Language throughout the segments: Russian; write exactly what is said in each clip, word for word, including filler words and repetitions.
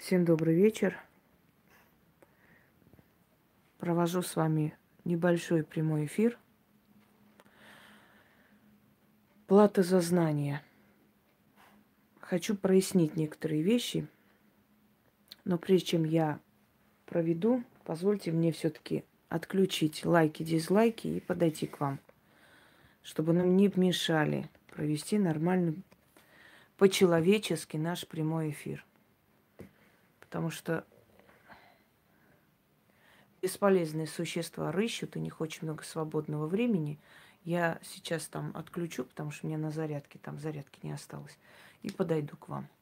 Всем добрый вечер. Провожу с вами небольшой прямой эфир. Плата за знания. Хочу прояснить некоторые вещи, но прежде чем я проведу, позвольте мне все-таки отключить лайки, дизлайки и подойти к вам, чтобы нам не мешали провести нормальный, по-человечески наш прямой эфир. Потому что бесполезные существа рыщут, у них очень много свободного времени. Я сейчас там отключу, потому что у меня на зарядке, там зарядки не осталось, и подойду к вам.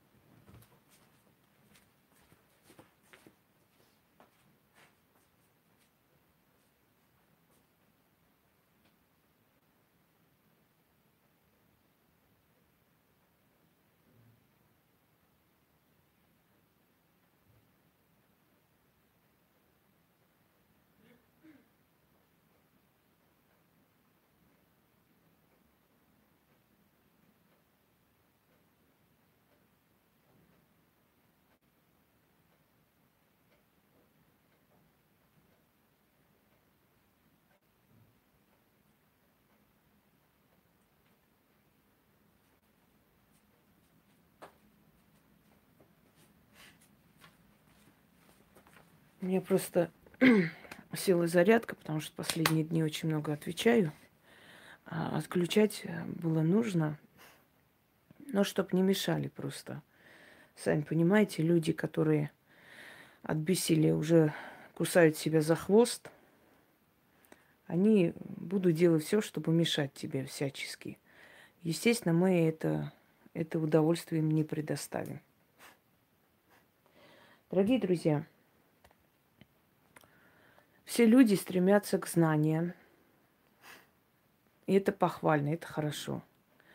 У меня просто села зарядка, потому что последние дни очень много отвечаю. А отключать было нужно, но чтоб не мешали просто. Сами понимаете, люди, которые от бессилия уже кусают себя за хвост, они будут делать все, чтобы мешать тебе всячески. Естественно, мы это, это удовольствие им не предоставим. Дорогие друзья, все люди стремятся к знаниям. И это похвально, это хорошо.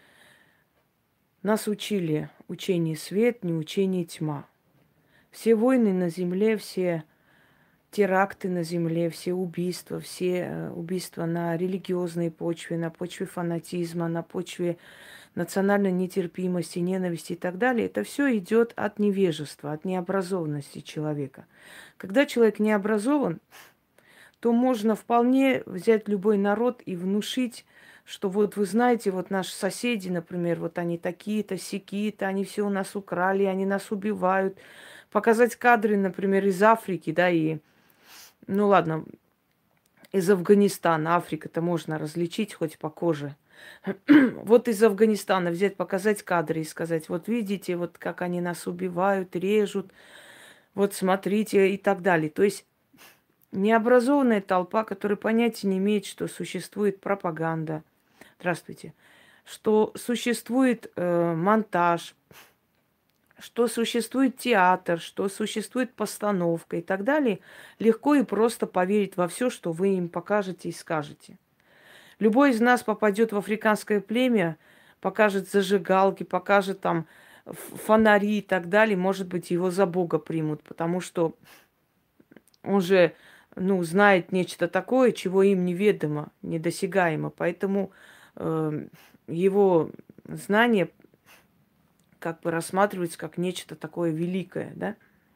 Нас учили учение свет, не учение тьма. Все войны на земле, все теракты на земле, все убийства, все убийства на религиозной почве, на почве фанатизма, на почве национальной нетерпимости, ненависти и так далее, это все идет от невежества, от необразованности человека. Когда человек не образован, то можно вполне взять любой народ и внушить, что вот вы знаете, вот наши соседи, например, вот они такие-то, сякие-то, они все у нас украли, они нас убивают. Показать кадры, например, из Африки, да, и, ну ладно, из Афганистана. Африка-то можно различить хоть по коже. Вот из Афганистана взять, показать кадры и сказать, вот видите, вот как они нас убивают, режут, вот смотрите и так далее. То есть необразованная толпа, которая понятия не имеет, что существует пропаганда. Здравствуйте. Что существует э, монтаж, что существует театр, что существует постановка и так далее, легко и просто поверить во все, что вы им покажете и скажете. Любой из нас попадет в африканское племя, покажет зажигалки, покажет там фонари и так далее, может быть, его за Бога примут, потому что он же, ну, знает нечто такое, чего им неведомо, недосягаемо. Поэтому э, его знание как бы рассматривается как нечто такое великое, да?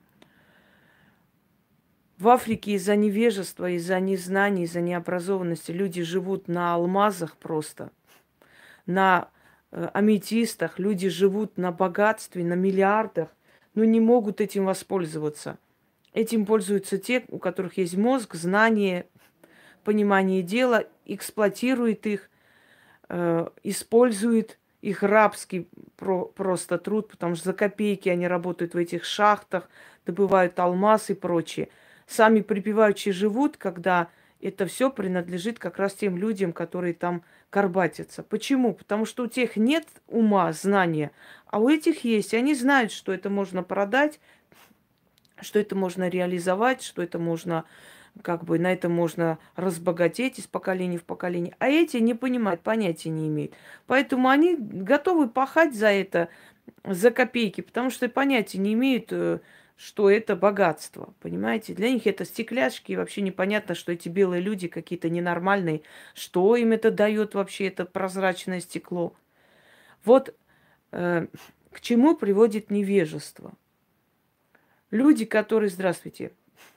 В Африке из-за невежества, из-за незнания, из-за необразованности люди живут на алмазах просто, на э, аметистах, люди живут на богатстве, на миллиардах, но не могут этим воспользоваться. Этим пользуются те, у которых есть мозг, знание, понимание дела, эксплуатирует их, э, использует их рабский про- просто труд, потому что за копейки они работают в этих шахтах, добывают алмаз и прочее. Сами припеваючи живут, когда это все принадлежит как раз тем людям, которые там горбатятся. Почему? Потому что у тех нет ума, знания, а у этих есть. И они знают, что это можно продать, что это можно реализовать, что это можно, как бы на этом можно разбогатеть из поколения в поколение. А эти не понимают, понятия не имеют. Поэтому они готовы пахать за это, за копейки, потому что понятия не имеют, э, что это богатство, понимаете? Для них это стекляшки, и вообще непонятно, что эти белые люди какие-то ненормальные, что им это дает вообще, это прозрачное стекло. Вот э, к чему приводит невежество. Люди, которые, здравствуйте,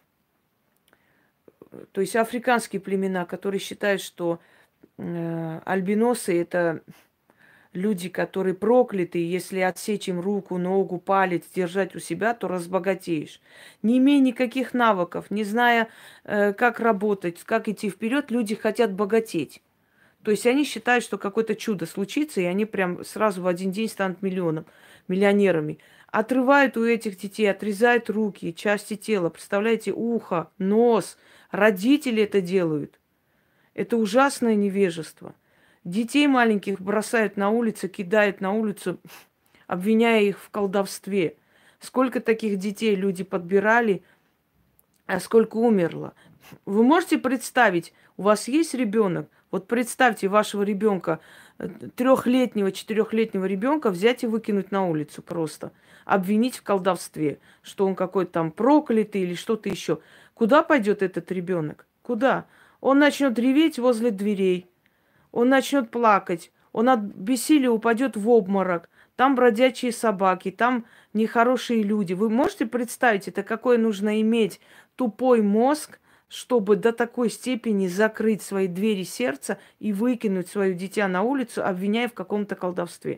то есть африканские племена, которые считают, что э, альбиносы это люди, которые прокляты, если отсечь им руку, ногу, палец, держать у себя, то разбогатеешь. Не имея никаких навыков, не зная, э, как работать, как идти вперед, люди хотят богатеть. То есть они считают, что какое-то чудо случится, и они прям сразу в один день станут миллионом, миллионерами. Отрывают у этих детей, отрезают руки, части тела, представляете, ухо, нос. Родители это делают. Это ужасное невежество. Детей маленьких бросают на улицу, кидают на улицу, обвиняя их в колдовстве. Сколько таких детей люди подбирали, а сколько умерло. Вы можете представить, у вас есть ребенок? Вот представьте вашего ребенка, трехлетнего, четырехлетнего ребенка взять и выкинуть на улицу просто. Обвинить в колдовстве, что он какой-то там проклятый или что-то еще. Куда пойдет этот ребенок? Куда? Он начнет реветь возле дверей. Он начнет плакать. Он от бессилия упадет в обморок. Там бродячие собаки, там нехорошие люди. Вы можете представить, это какое нужно иметь тупой мозг, чтобы до такой степени закрыть свои двери сердца и выкинуть свое дитя на улицу, обвиняя в каком-то колдовстве.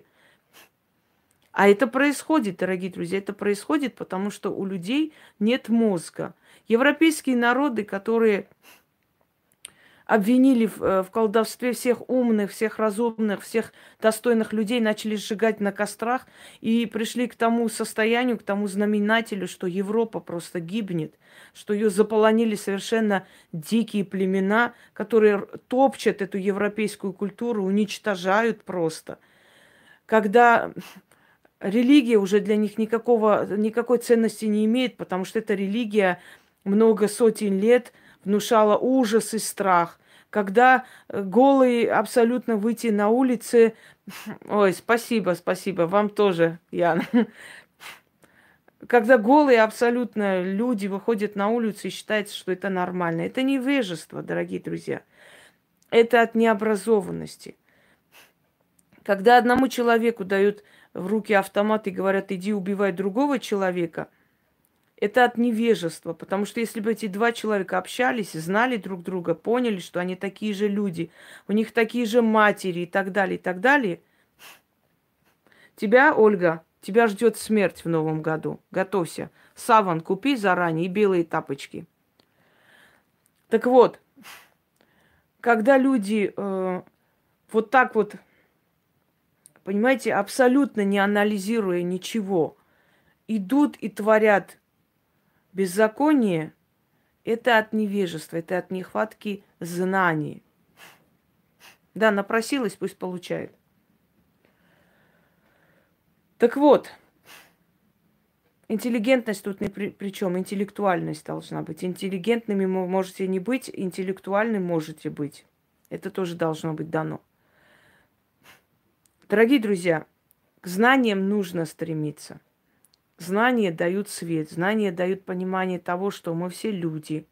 А это происходит, дорогие друзья, это происходит, потому что у людей нет мозга. Европейские народы, которые обвинили в, э, в колдовстве всех умных, всех разумных, всех достойных людей, начали сжигать на кострах и пришли к тому состоянию, к тому знаменателю, что Европа просто гибнет, что ее заполонили совершенно дикие племена, которые топчат эту европейскую культуру, уничтожают просто. Когда религия уже для них никакого, никакой ценности не имеет, потому что эта религия много сотен лет внушала ужас и страх. Когда голые абсолютно выйти на улицы... Ой, спасибо, спасибо, вам тоже, Яна. Когда голые абсолютно люди выходят на улицу и считается, что это нормально. Это невежество, дорогие друзья. Это от необразованности. Когда одному человеку дают в руки автомат и говорят, иди убивай другого человека, это от невежества, потому что если бы эти два человека общались, знали друг друга, поняли, что они такие же люди, у них такие же матери и так далее, и так далее, тебя, Ольга, тебя ждет смерть в новом году. Готовься. Саван купи заранее и белые тапочки. Так вот, когда люди э, вот так вот, понимаете, абсолютно не анализируя ничего, идут и творят беззаконие, это от невежества, это от нехватки знаний. Да, напросилась, пусть получает. Так вот, интеллигентность тут ни при, при чем, интеллектуальность должна быть. Интеллигентными вы можете не быть, интеллектуальным можете быть. Это тоже должно быть дано. Дорогие друзья, к знаниям нужно стремиться. Знания дают свет, знания дают понимание того, что мы все люди.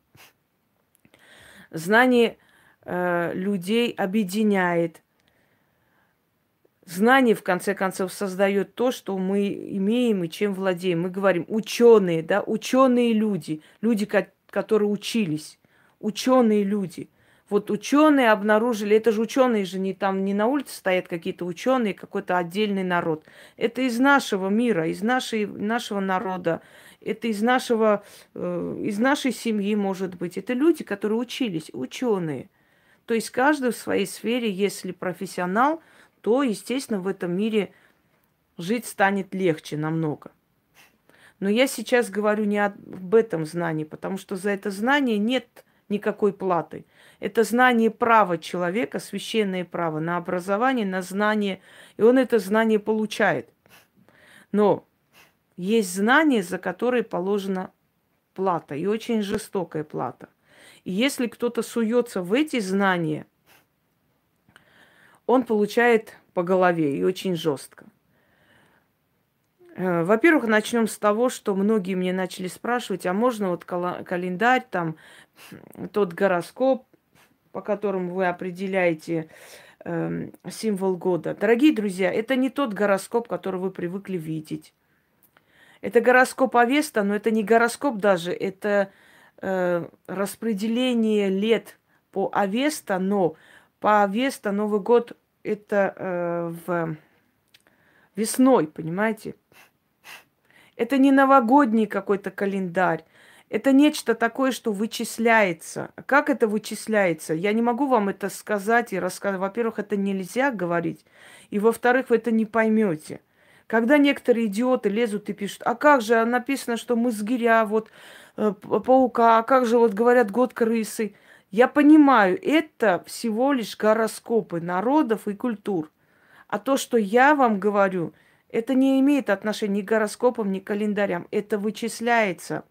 Знание э, людей объединяет. Знание, в конце концов, создает то, что мы имеем и чем владеем. Мы говорим ученые, да, ученые люди, люди, которые учились, ученые люди. Вот ученые обнаружили, это же ученые же не там, не на улице стоят какие-то ученые, какой-то отдельный народ. Это из нашего мира, из нашей, нашего народа, это из нашего, э, из нашей семьи, может быть. Это люди, которые учились, ученые. То есть каждый в своей сфере, если профессионал, то, естественно, в этом мире жить станет легче намного. Но я сейчас говорю не об этом знании, потому что за это знание нет никакой платы. Это знание права человека, священное право на образование, на знание, и он это знание получает. Но есть знания, за которые положена плата, и очень жестокая плата. И если кто-то суется в эти знания, он получает по голове, и очень жестко. Во-первых, начнем с того, что многие мне начали спрашивать, а можно вот календарь, там, тот гороскоп, по которому вы определяете э, символ года. Дорогие друзья, это не тот гороскоп, который вы привыкли видеть. Это гороскоп Авеста, но это не гороскоп даже, это э, распределение лет по Авеста, но по Авеста Новый год это э, в весной, понимаете? Это не новогодний какой-то календарь. Это нечто такое, что вычисляется. Как это вычисляется? Я не могу вам это сказать и рассказать. Во-первых, это нельзя говорить. И во-вторых, вы это не поймете. Когда некоторые идиоты лезут и пишут, а как же написано, что мы згиря, вот э, паука, а как же вот говорят год крысы. Я понимаю, это всего лишь гороскопы народов и культур. А то, что я вам говорю, это не имеет отношения ни к гороскопам, ни к календарям. Это вычисляется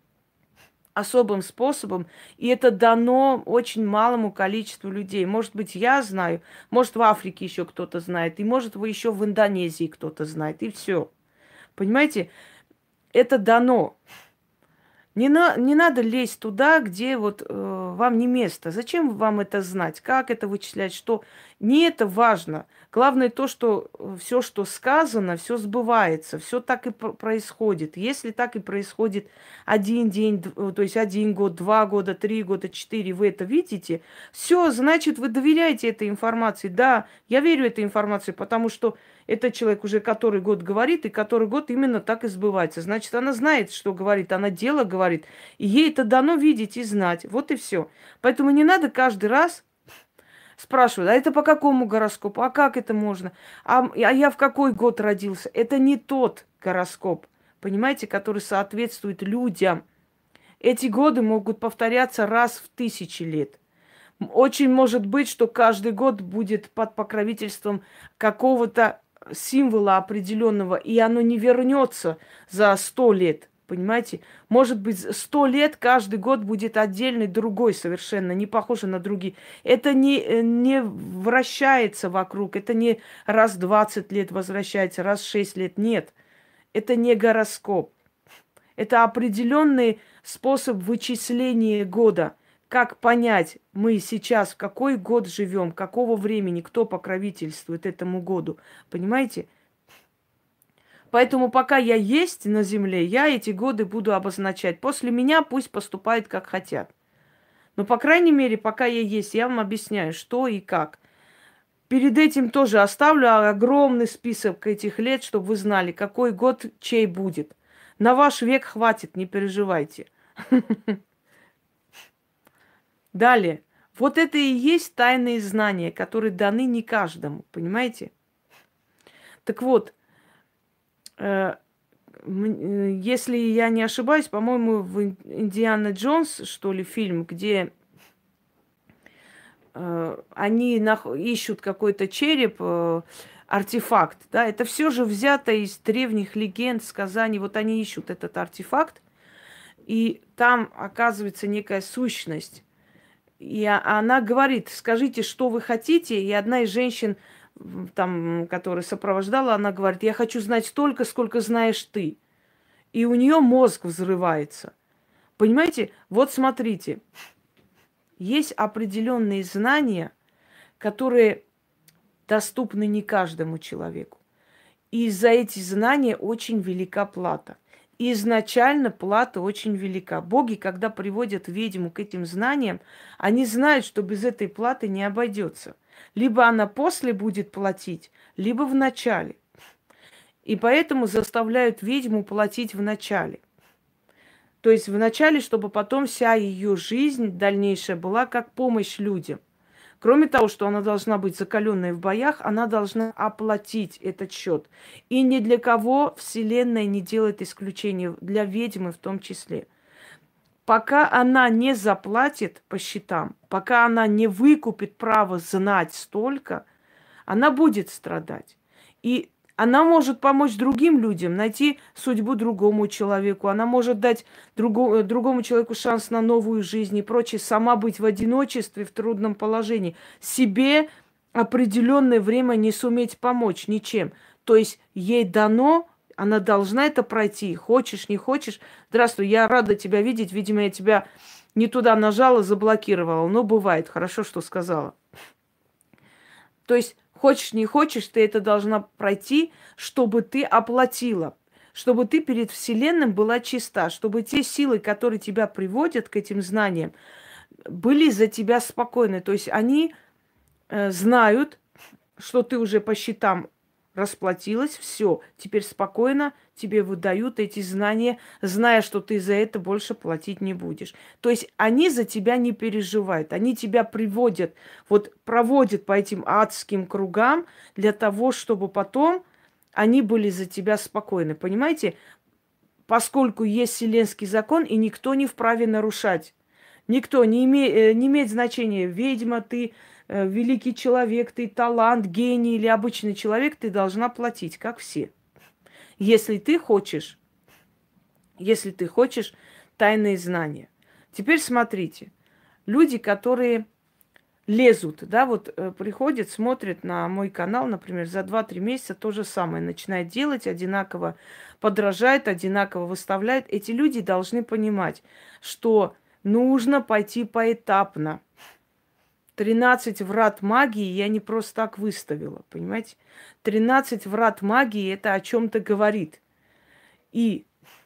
особым способом, и это дано очень малому количеству людей. Может быть, я знаю, может, в Африке еще кто-то знает, и может, вы еще в Индонезии кто-то знает, и все. Понимаете, это дано. Не, на, не надо лезть туда, где вот э, вам не место. Зачем вам это знать? Как это вычислять? Что? Не это важно. Главное то, что все, что сказано, все сбывается, все так и происходит. Если так и происходит один день, то есть один год, два года, три года, четыре, вы это видите, все, значит, вы доверяете этой информации. Да, я верю этой информации, потому что этот человек уже который год говорит, и который год именно так и сбывается. Значит, она знает, что говорит, она дело говорит. И ей это дано видеть и знать. Вот и все. Поэтому не надо каждый раз спрашивать, а это по какому гороскопу? А как это можно? А, а я в какой год родился? Это не тот гороскоп, понимаете, который соответствует людям. Эти годы могут повторяться раз в тысячи лет. Очень может быть, что каждый год будет под покровительством какого-то символа определенного, и оно не вернется за сто лет. Понимаете? Может быть, сто лет каждый год будет отдельный, другой совершенно, не похожий на другие. Это не, не вращается вокруг, это не раз двадцать лет возвращается, раз шесть лет. Нет, это не гороскоп. Это определенный способ вычисления года. Как понять, мы сейчас в какой год живем, какого времени, кто покровительствует этому году. Понимаете? Поэтому пока я есть на земле, я эти годы буду обозначать. После меня пусть поступают как хотят. Но, по крайней мере, пока я есть, я вам объясняю, что и как. Перед этим тоже оставлю огромный список этих лет, чтобы вы знали, какой год чей будет. На ваш век хватит, не переживайте. Далее. Вот это и есть тайные знания, которые даны не каждому, понимаете? Так вот, если я не ошибаюсь, по-моему, в «Индиана Джонс», что ли, фильм, где они ищут какой-то череп, артефакт, да, это все же взято из древних легенд, сказаний. Вот они ищут этот артефакт, и там оказывается некая сущность. И она говорит, скажите, что вы хотите, и одна из женщин, там, которая сопровождала, она говорит, я хочу знать столько, сколько знаешь ты. И у нее мозг взрывается. Понимаете? Вот смотрите. Есть определенные знания, которые доступны не каждому человеку. И за эти знания очень велика плата. И изначально плата очень велика. Боги, когда приводят ведьму к этим знаниям, они знают, что без этой платы не обойдется. Либо она после будет платить, либо в начале. И поэтому заставляют ведьму платить в начале. То есть в начале, чтобы потом вся ее жизнь дальнейшая была как помощь людям. Кроме того, что она должна быть закаленной в боях, она должна оплатить этот счет. И ни для кого Вселенная не делает исключения, для ведьмы в том числе. Пока она не заплатит по счетам, пока она не выкупит право знать столько, она будет страдать. И она может помочь другим людям, найти судьбу другому человеку. Она может дать другому, другому человеку шанс на новую жизнь и прочее. Сама быть в одиночестве, в трудном положении. Себе определенное время не суметь помочь ничем. То есть ей дано, она должна это пройти. Хочешь, не хочешь. Здравствуй, я рада тебя видеть. Видимо, я тебя не туда нажала, заблокировала. Но бывает. Хорошо, что сказала. То есть хочешь, не хочешь, ты это должна пройти, чтобы ты оплатила, чтобы ты перед Вселенным была чиста, чтобы те силы, которые тебя приводят к этим знаниям, были за тебя спокойны. То есть они э, знают, что ты уже по счетам расплатилась, все, теперь спокойно тебе выдают эти знания, зная, что ты за это больше платить не будешь. То есть они за тебя не переживают, они тебя приводят, вот проводят по этим адским кругам для того, чтобы потом они были за тебя спокойны. Понимаете? Поскольку есть вселенский закон, и никто не вправе нарушать. Никто не, име, не имеет значения, ведьма ты, э, великий человек, ты талант, гений или обычный человек, ты должна платить, как все. Если ты хочешь, если ты хочешь тайные знания. Теперь смотрите, люди, которые лезут, да, вот э, приходят, смотрят на мой канал, например, за два-три месяца то же самое начинает делать, одинаково подражает, одинаково выставляет. Эти люди должны понимать, что нужно пойти поэтапно. тринадцать врат магии я не просто так выставила, понимаете? тринадцать врат магии это о чем-то говорит. И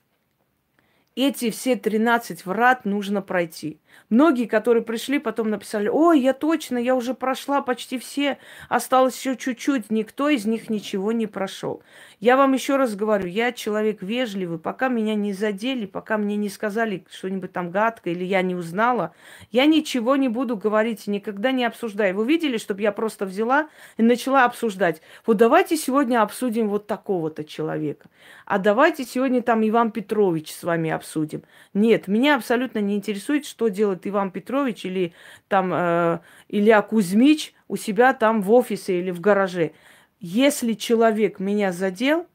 эти все тринадцать врат нужно пройти. Многие, которые пришли, потом написали: ой, я точно, я уже прошла почти все, осталось еще чуть-чуть. Никто из них ничего не прошел. Я вам еще раз говорю, я человек вежливый, пока меня не задели, пока мне не сказали что-нибудь там гадкое или я не узнала, я ничего не буду говорить, никогда не обсуждаю. Вы видели, чтобы я просто взяла и начала обсуждать? Вот давайте сегодня обсудим вот такого-то человека. А давайте сегодня там Иван Петрович с вами обсудим. Нет, меня абсолютно не интересует, что делает Иван Петрович или там э, Илья Кузьмич у себя там в офисе или в гараже. Если человек меня задел,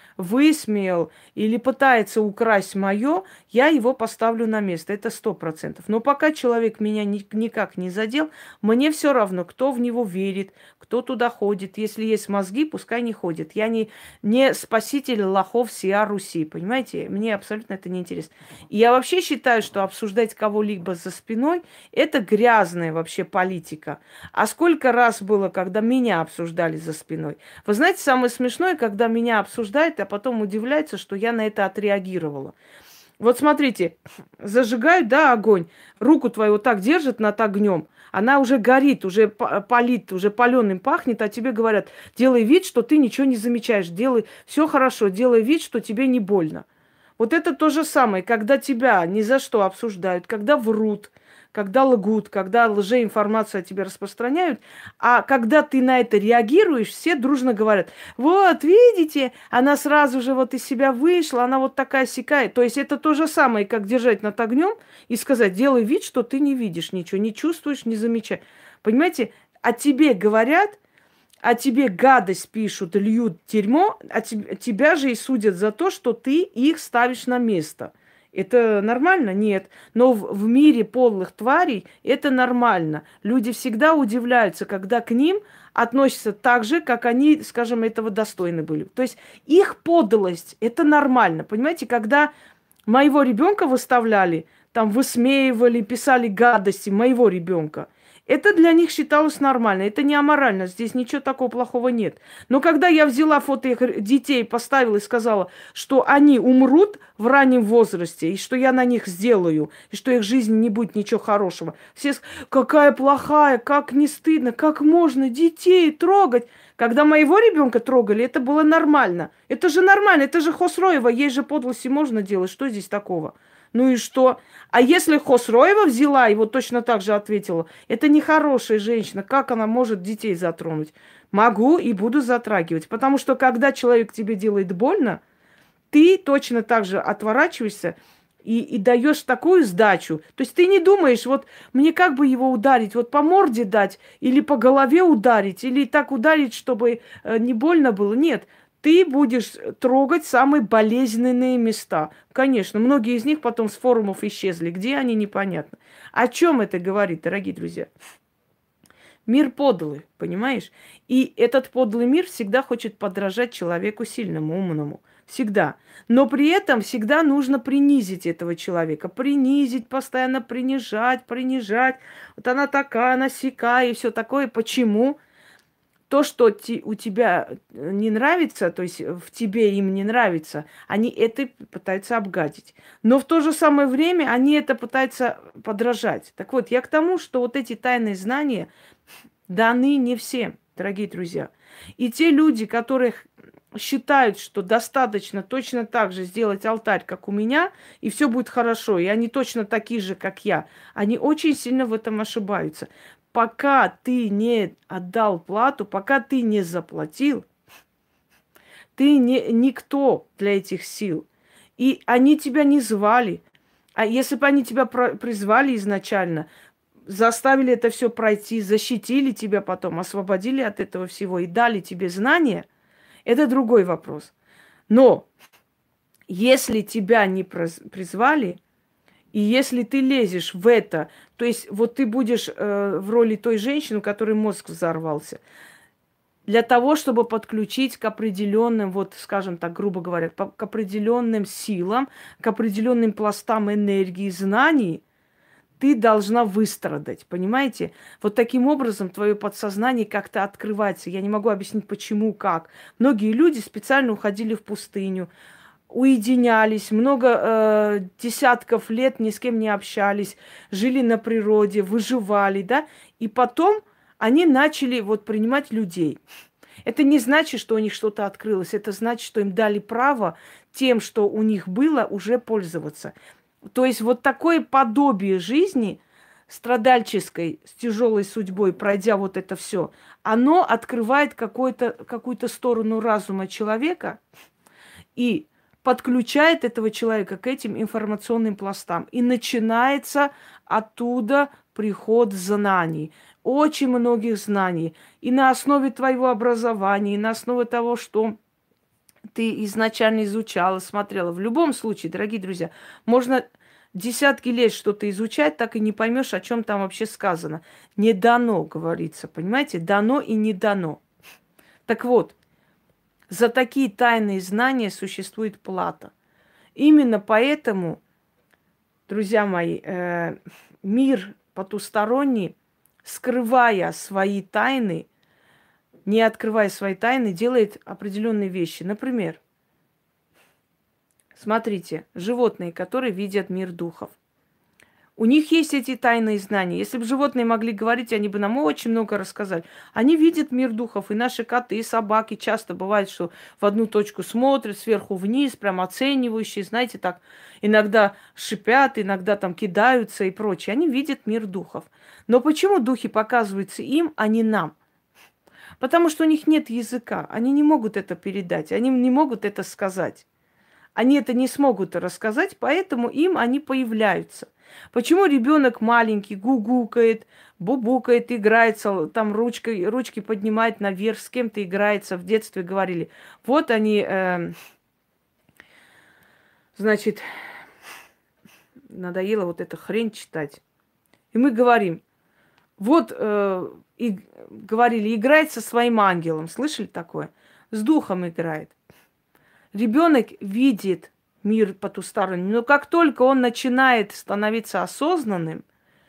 высмеял или пытается украсть мое, я его поставлю на место. Это сто процентов. Но пока человек меня ни, никак не задел, мне все равно, кто в него верит, кто туда ходит. Если есть мозги, пускай не ходит. Я не, не спаситель лохов сия Руси, понимаете? Мне абсолютно это не интересно. И я вообще считаю, что обсуждать кого-либо за спиной – это грязная вообще политика. А сколько раз было, когда меня обсуждали за спиной? Вы знаете, самое смешное, когда меня обсуждают, а потом удивляются, что я на это отреагировала. Вот смотрите, зажигают, да, огонь, руку твою вот так держат над огнем, она уже горит, уже палит, уже паленым пахнет, а тебе говорят: делай вид, что ты ничего не замечаешь, делай все хорошо, делай вид, что тебе не больно. Вот это то же самое, когда тебя ни за что обсуждают, когда врут, когда лгут, когда лжеинформацию о тебе распространяют, а когда ты на это реагируешь, все дружно говорят: вот, видите, она сразу же вот из себя вышла, она вот такая сякая. То есть это то же самое, как держать над огнем и сказать: делай вид, что ты не видишь ничего, не чувствуешь, не замечаешь. Понимаете, о тебе говорят, о тебе гадость пишут, льют дерьмо, а тебя же и судят за то, что ты их ставишь на место. Это нормально? Нет. Но в, в мире подлых тварей это нормально. Люди всегда удивляются, когда к ним относятся так же, как они, скажем, этого достойны были. То есть их подлость – это нормально. Понимаете, когда моего ребенка выставляли, там высмеивали, писали гадости моего ребенка, это для них считалось нормально, это не аморально, здесь ничего такого плохого нет. Но когда я взяла фото их детей, поставила и сказала, что они умрут в раннем возрасте, и что я на них сделаю, и что их жизни не будет ничего хорошего, все сказали: какая плохая, как не стыдно, как можно детей трогать. Когда моего ребенка трогали, это было нормально. Это же нормально, это же Хосроева, ей же подлости можно делать, что здесь такого? Ну и что? А если Хосроева взяла и вот точно так же ответила: это нехорошая женщина, как она может детей затронуть? Могу и буду затрагивать. Потому что когда человек тебе делает больно, ты точно так же отворачиваешься и, и даешь такую сдачу. То есть ты не думаешь, вот мне как бы его ударить, вот по морде дать, или по голове ударить, или так ударить, чтобы э, не больно было. Нет. Ты будешь трогать самые болезненные места. Конечно, многие из них потом с форумов исчезли. Где они, непонятно. О чем это говорит, дорогие друзья? Мир подлый, понимаешь? И этот подлый мир всегда хочет подражать человеку сильному, умному. Всегда. Но при этом всегда нужно принизить этого человека. Принизить, постоянно принижать, принижать. Вот она такая, она сякая и все такое. Почему? то, что ти, у тебя не нравится, то есть в тебе им не нравится, они это пытаются обгадить. Но в то же самое время они это пытаются подражать. Так вот, я к тому, что вот эти тайные знания даны не всем, дорогие друзья. И те люди, которых считают, что достаточно точно так же сделать алтарь, как у меня, и все будет хорошо, и они точно такие же, как я, они очень сильно в этом ошибаются. Пока ты не отдал плату, пока ты не заплатил, ты не, никто для этих сил. И они тебя не звали. А если бы они тебя про- призвали изначально, заставили это все пройти, защитили тебя потом, освободили от этого всего и дали тебе знания, это другой вопрос. Но если тебя не призвали, и если ты лезешь в это, то есть вот ты будешь э, в роли той женщины, у которой мозг взорвался, для того, чтобы подключить к определенным, вот, скажем так, грубо говоря, по- к определенным силам, к определенным пластам энергии, знаний, ты должна выстрадать, понимаете? Вот таким образом твое подсознание как-то открывается. Я не могу объяснить, почему, как. Многие люди специально уходили в пустыню, уединялись, много э, десятков лет ни с кем не общались, жили на природе, выживали, да, и потом они начали вот принимать людей. Это не значит, что у них что-то открылось, это значит, что им дали право тем, что у них было, уже пользоваться. То есть вот такое подобие жизни страдальческой, с тяжелой судьбой, пройдя вот это все, оно открывает какую-то какую-то сторону разума человека и подключает этого человека к этим информационным пластам. И начинается оттуда приход знаний. Очень многих знаний. И на основе твоего образования, и на основе того, что ты изначально изучала, смотрела. В любом случае, дорогие друзья, можно десятки лет что-то изучать, так и не поймешь, о чем там вообще сказано. Не дано, говорится, понимаете? Дано и не дано. Так вот, за такие тайные знания существует плата. Именно поэтому, друзья мои, э, мир потусторонний, скрывая свои тайны, не открывая свои тайны, делает определенные вещи. Например, смотрите, животные, которые видят мир духов. У них есть эти тайные знания. Если бы животные могли говорить, они бы нам очень много рассказали. Они видят мир духов. И наши коты, и собаки часто бывает, что в одну точку смотрят, сверху вниз, прям оценивающие, знаете, так иногда шипят, иногда там кидаются и прочее. Они видят мир духов. Но почему духи показываются им, а не нам? Потому что у них нет языка. Они не могут это передать, они не могут это сказать. Они это не смогут рассказать, поэтому им они появляются. Почему ребенок маленький гугукает, бубукает, играется, там ручкой, ручки поднимает наверх, с кем-то играется, в детстве говорили. Вот они, э, значит, надоело вот эту хрень читать. И мы говорим, вот, э, и говорили, играет со своим ангелом. Слышали такое? С духом играет. Ребенок видит мир потусторонний, но как только он начинает становиться осознанным,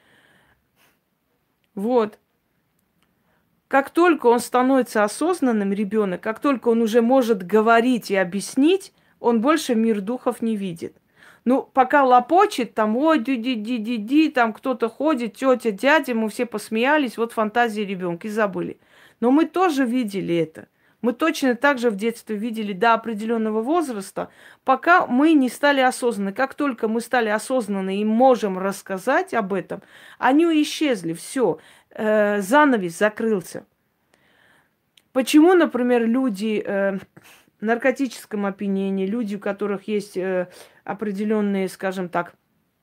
вот, как только он становится осознанным, ребенок, как только он уже может говорить и объяснить, он больше мир духов не видит. Ну, пока лопочет, там, ой, ди-ди-ди-ди-ди, там кто-то ходит, тетя, дядя, мы все посмеялись, вот фантазии ребенка, и забыли. Но мы тоже видели это. Мы точно так же в детстве видели до определенного возраста, пока мы не стали осознанны. Как только мы стали осознанны и можем рассказать об этом, они исчезли, все, э, занавес закрылся. Почему, например, люди э, в наркотическом опьянении, люди, у которых есть э, определенные, скажем так,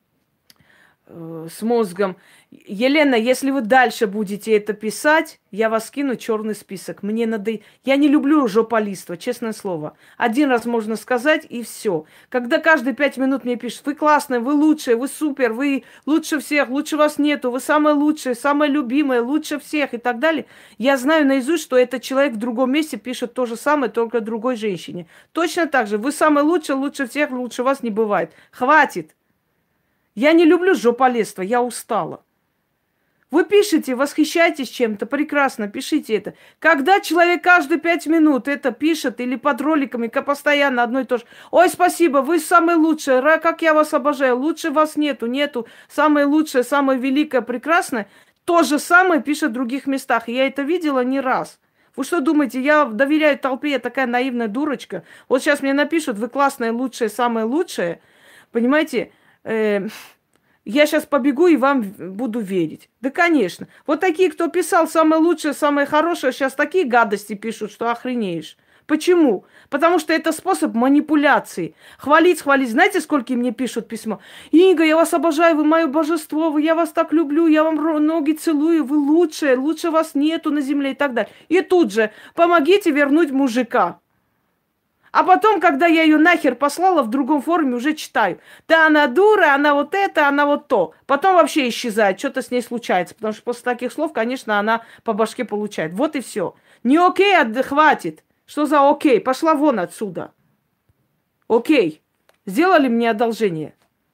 с мозгом. Елена, если вы дальше будете это писать, я вас скину черный список. Мне надо... Я не люблю жополиство, честное слово. Один раз можно сказать, и все. Когда каждые пять минут мне пишут, вы классная, вы лучшая, вы супер, вы лучше всех, лучше вас нету, вы самая лучшая, самая любимая, лучше всех и так далее, я знаю наизусть, что этот человек в другом месте пишет то же самое, только другой женщине. Точно так же. Вы самая лучшая, лучше всех, лучше вас не бывает. Хватит. Я не люблю жополезство, я устала. Вы пишете, восхищаетесь чем-то, прекрасно, пишите это. Когда человек каждые пять минут это пишет или под роликами, как постоянно одно и то же. Ой, спасибо, вы самые лучшие, ра, как я вас обожаю, лучше вас нету, нету, самое лучшее, самое великое, прекрасное. То же самое пишет в других местах. И я это видела не раз. Вы что думаете, я доверяю толпе, я такая наивная дурочка? Вот сейчас мне напишут, вы классная, лучшая, самая лучшая. Понимаете, э, я сейчас побегу и вам буду верить. Да, конечно. Вот такие, кто писал самое лучшее, самое хорошее, сейчас такие гадости пишут, что охренеешь. Почему? Потому что это способ манипуляции. Хвалить, хвалить. Знаете, сколько мне пишут письмо? Инга, я вас обожаю, вы мое божество, вы, я вас так люблю, я вам ноги целую, вы лучшие, лучше вас нету на земле и так далее. И тут же помогите вернуть мужика. А потом, когда я ее нахер послала, в другом форуме уже читаю. Да она дура, она вот это, она вот то. Потом вообще исчезает, что-то с ней случается. Потому что после таких слов, конечно, она по башке получает. Вот и все. Не окей, а хватит. Что за окей? Пошла вон отсюда. Окей. Сделали мне одолжение.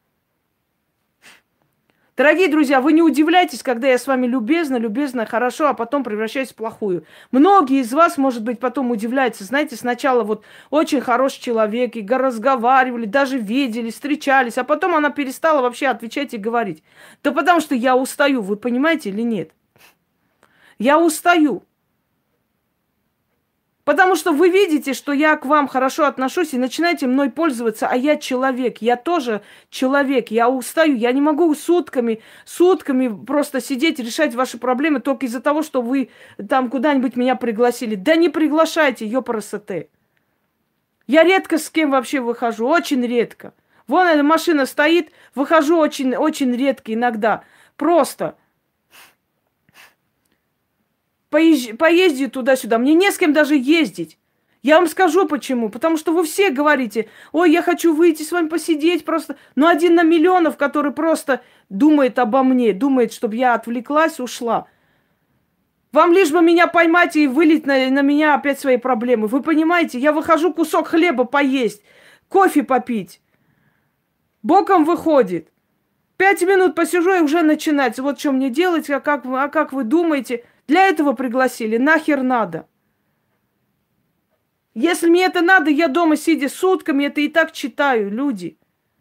Дорогие друзья, вы не удивляйтесь, когда я с вами любезно, любезно, хорошо, а потом превращаюсь в плохую. Многие из вас, может быть, потом удивляются. Знаете, сначала вот очень хороший человек, и разговаривали, даже видели, встречались, а потом она перестала вообще отвечать и говорить. Да потому что я устаю, вы понимаете или нет? Я устаю. Потому что вы видите, что я к вам хорошо отношусь и начинаете мной пользоваться, а я человек, я тоже человек, я устаю, я не могу сутками, сутками просто сидеть и решать ваши проблемы только из-за того, что вы там куда-нибудь меня пригласили. Да не приглашайте, ёпрст. Я редко с кем вообще выхожу, очень редко. Вон эта машина стоит, выхожу очень, очень редко иногда. Просто... Поезди туда-сюда. Мне не с кем даже ездить. Я вам скажу почему. Потому что вы все говорите, ой, я хочу выйти с вами посидеть просто. Но один на миллионов, который просто думает обо мне, думает, чтобы я отвлеклась, ушла. Вам лишь бы меня поймать и вылить на, на меня опять свои проблемы. Вы понимаете, я выхожу кусок хлеба поесть, кофе попить. Боком выходит. Пять минут посижу и уже начинается. Вот что мне делать, а как, а как вы думаете... Для этого пригласили. Нахер надо. Если мне это надо, я дома сидя сутками, это и так читаю, люди.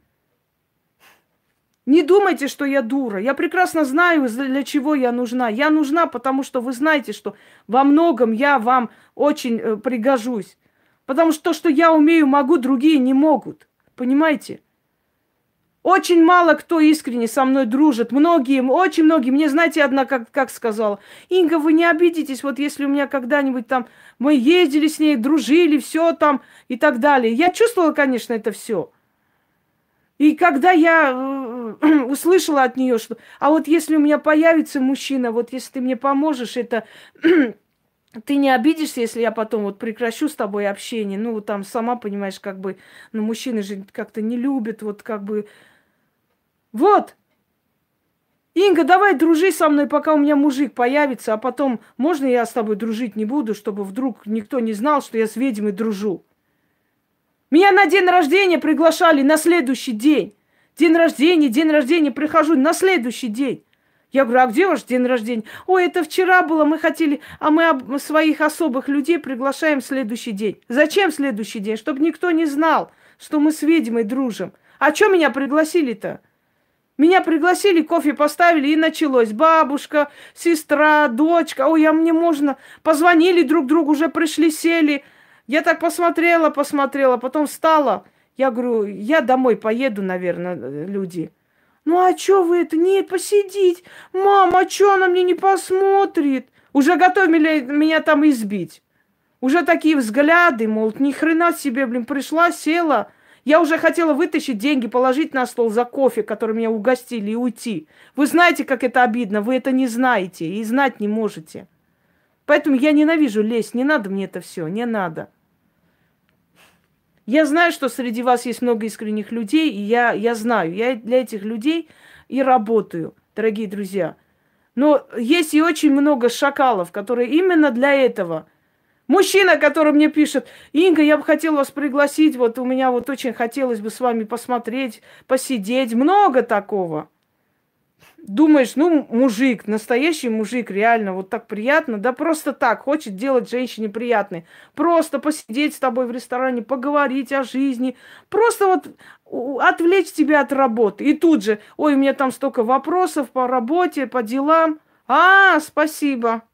Не думайте, что я дура. Я прекрасно знаю, для чего я нужна. Я нужна, потому что вы знаете, что во многом я вам очень э, пригожусь. Потому что то, что я умею, могу, другие не могут. Понимаете? Очень мало кто искренне со мной дружит. Многие, очень многие. Мне, знаете, одна как, как сказала. Инга, вы не обидитесь, вот если у меня когда-нибудь там... Мы ездили с ней, дружили, все там и так далее. Я чувствовала, конечно, это все. И когда я э, услышала от нее, что... А вот если у меня появится мужчина, вот если ты мне поможешь, это... Ты не обидишься, если я потом вот прекращу с тобой общение? Ну, там, сама понимаешь, как бы... Ну, мужчины же как-то не любят, вот как бы... Вот. Инга, давай дружи со мной, пока у меня мужик появится, а потом, можно я с тобой дружить не буду, чтобы вдруг никто не знал, что я с ведьмой дружу. Меня на день рождения приглашали на следующий день. День рождения, день рождения, прихожу на следующий день. Я говорю, а где ваш день рождения? Ой, это вчера было, мы хотели, а мы своих особых людей приглашаем в следующий день. Зачем следующий день? Чтобы никто не знал, что мы с ведьмой дружим. А что меня пригласили-то? Меня пригласили, кофе поставили, и началось. Бабушка, сестра, дочка. Ой, а мне можно... Позвонили друг другу, уже пришли, сели. Я так посмотрела, посмотрела, потом встала. Я говорю, я домой поеду, наверное, люди. Ну, а что вы это? Нет, посидеть. Мама, а что она мне не посмотрит? Уже готовили меня там избить. Уже такие взгляды, мол, ни хрена себе, блин, пришла, села... Я уже хотела вытащить деньги, положить на стол за кофе, который меня угостили, и уйти. Вы знаете, как это обидно, вы это не знаете и знать не можете. Поэтому я ненавижу лезть, не надо мне это все, не надо. Я знаю, что среди вас есть много искренних людей, и я, я знаю, я для этих людей и работаю, дорогие друзья. Но есть и очень много шакалов, которые именно для этого... Мужчина, который мне пишет, Инга, я бы хотел вас пригласить, вот у меня вот очень хотелось бы с вами посмотреть, посидеть. Много такого. Думаешь, ну, мужик, настоящий мужик, реально, вот так приятно, да просто так, хочет делать женщине приятной. Просто посидеть с тобой в ресторане, поговорить о жизни, просто вот у- отвлечь тебя от работы. И тут же, ой, у меня там столько вопросов по работе, по делам. А, спасибо.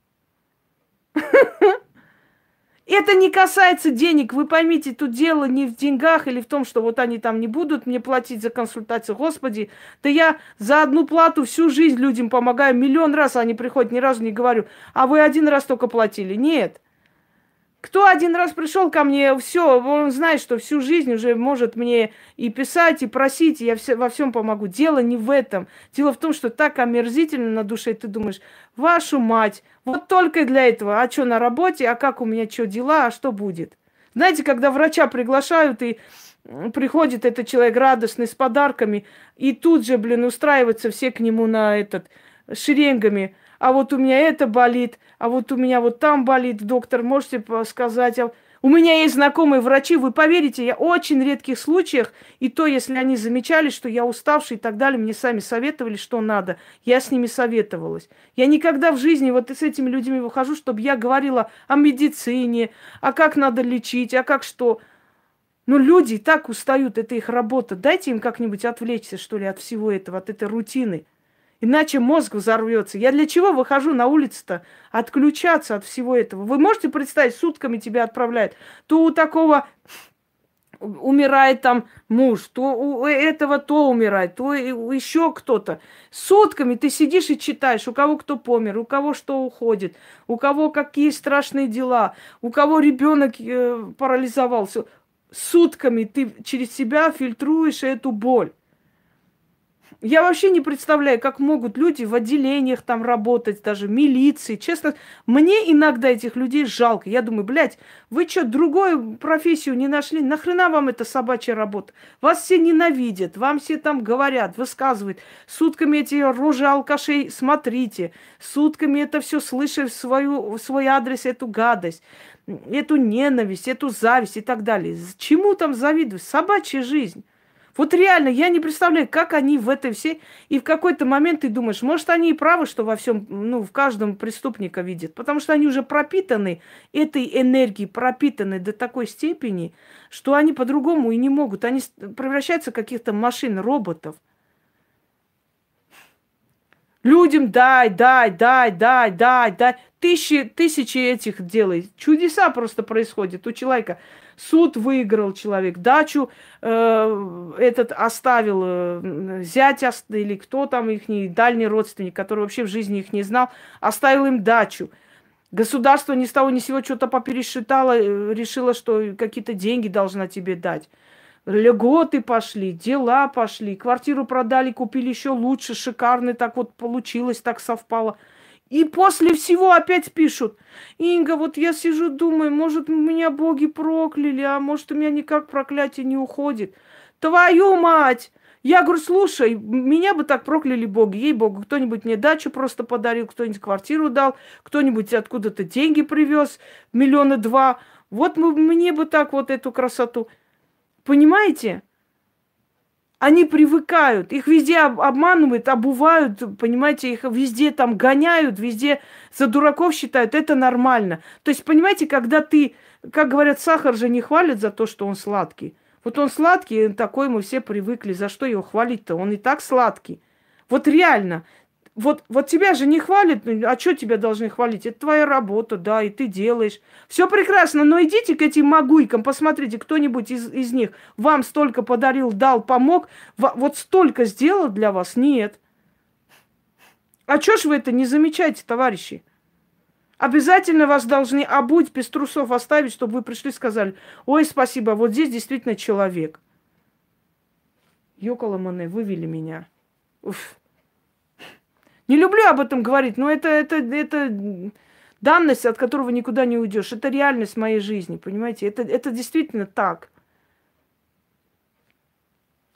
Это не касается денег, вы поймите, тут дело не в деньгах или в том, что вот они там не будут мне платить за консультацию. Господи, да я за одну плату всю жизнь людям помогаю, миллион раз они приходят, ни разу не говорю, а вы один раз только платили. Нет. Кто один раз пришел ко мне, все, он знает, что всю жизнь уже может мне и писать, и просить, и я все, во всем помогу. Дело не в этом. Дело в том, что так омерзительно на душе, ты думаешь, вашу мать, вот только для этого. А что на работе, а как у меня что дела, а что будет? Знаете, когда врача приглашают, и м, приходит этот человек радостный с подарками, и тут же, блин, устраиваются все к нему на этот, шеренгами. А вот у меня это болит, а вот у меня вот там болит, доктор, можете сказать? А у меня есть знакомые врачи, вы поверите, я очень редких случаях, и то, если они замечали, что я уставший и так далее, мне сами советовали, что надо, я с ними советовалась. Я никогда в жизни вот с этими людьми выхожу, чтобы я говорила о медицине, а как надо лечить, а как что. Но люди и так устают, это их работа. Дайте им как-нибудь отвлечься, что ли, от всего этого, от этой рутины. Иначе мозг взорвется. Я для чего выхожу на улицу-то? Отключаться от всего этого. Вы можете представить, сутками тебя отправляют. То у такого умирает там муж, то у этого то умирает, то еще кто-то. Сутками ты сидишь и читаешь, у кого кто помер, у кого что уходит, у кого какие страшные дела, у кого ребенок э, парализовался. Сутками ты через себя фильтруешь эту боль. Я вообще не представляю, как могут люди в отделениях там работать, даже в милиции. Честно, мне иногда этих людей жалко. Я думаю, блядь, вы что, другую профессию не нашли? Нахрена вам эта собачья работа? Вас все ненавидят, вам все там говорят, высказывают. Сутками эти рожи алкашей смотрите. Сутками это все слыша в, свою, в свой адрес, эту гадость, эту ненависть, эту зависть и так далее. Чему там завидовать? Собачья жизнь. Вот реально, я не представляю, как они в этой всей... И в какой-то момент ты думаешь, может, они и правы, что во всем, ну, в каждом преступника видят. Потому что они уже пропитаны этой энергией, пропитаны до такой степени, что они по-другому и не могут. Они превращаются в каких-то машин, роботов. Людям дай, дай, дай, дай, дай, дай. Тысячи, тысячи этих делай. Чудеса просто происходят у человека. Суд выиграл человек, дачу э, этот оставил, э, зять ост... или кто там их дальний родственник, который вообще в жизни их не знал, оставил им дачу. Государство ни с того ни с сего что-то попересчитало, э, решило, что какие-то деньги должна тебе дать. Льготы пошли, дела пошли, квартиру продали, купили еще лучше, шикарно, так вот получилось, так совпало. И после всего опять пишут: Инга, вот я сижу, думаю, может, меня боги прокляли, а может, у меня никак проклятие не уходит. Твою мать! Я говорю, слушай, меня бы так прокляли боги, ей-богу, кто-нибудь мне дачу просто подарил, кто-нибудь квартиру дал, кто-нибудь откуда-то деньги привез, миллиона два. Вот мы, мне бы так вот эту красоту. Понимаете? Они привыкают, их везде обманывают, обувают, понимаете, их везде там гоняют, везде за дураков считают, это нормально. То есть, понимаете, когда ты, как говорят, сахар же не хвалят за то, что он сладкий. Вот он сладкий, такой мы все привыкли, за что его хвалить-то? Он и так сладкий. Вот реально, вот, вот тебя же не хвалят, а что тебя должны хвалить? Это твоя работа, да, и ты делаешь. Все прекрасно, но идите к этим магуйкам, посмотрите, кто-нибудь из, из них вам столько подарил, дал, помог, вот столько сделал для вас? Нет. А что ж вы это не замечаете, товарищи? Обязательно вас должны обуть, без трусов оставить, чтобы вы пришли и сказали: ой, спасибо, вот здесь действительно человек. Ёкаламане, вывели меня. Уф. Не люблю об этом говорить, но это, это, это данность, от которого никуда не уйдешь. Это реальность моей жизни, понимаете? Это, это действительно так.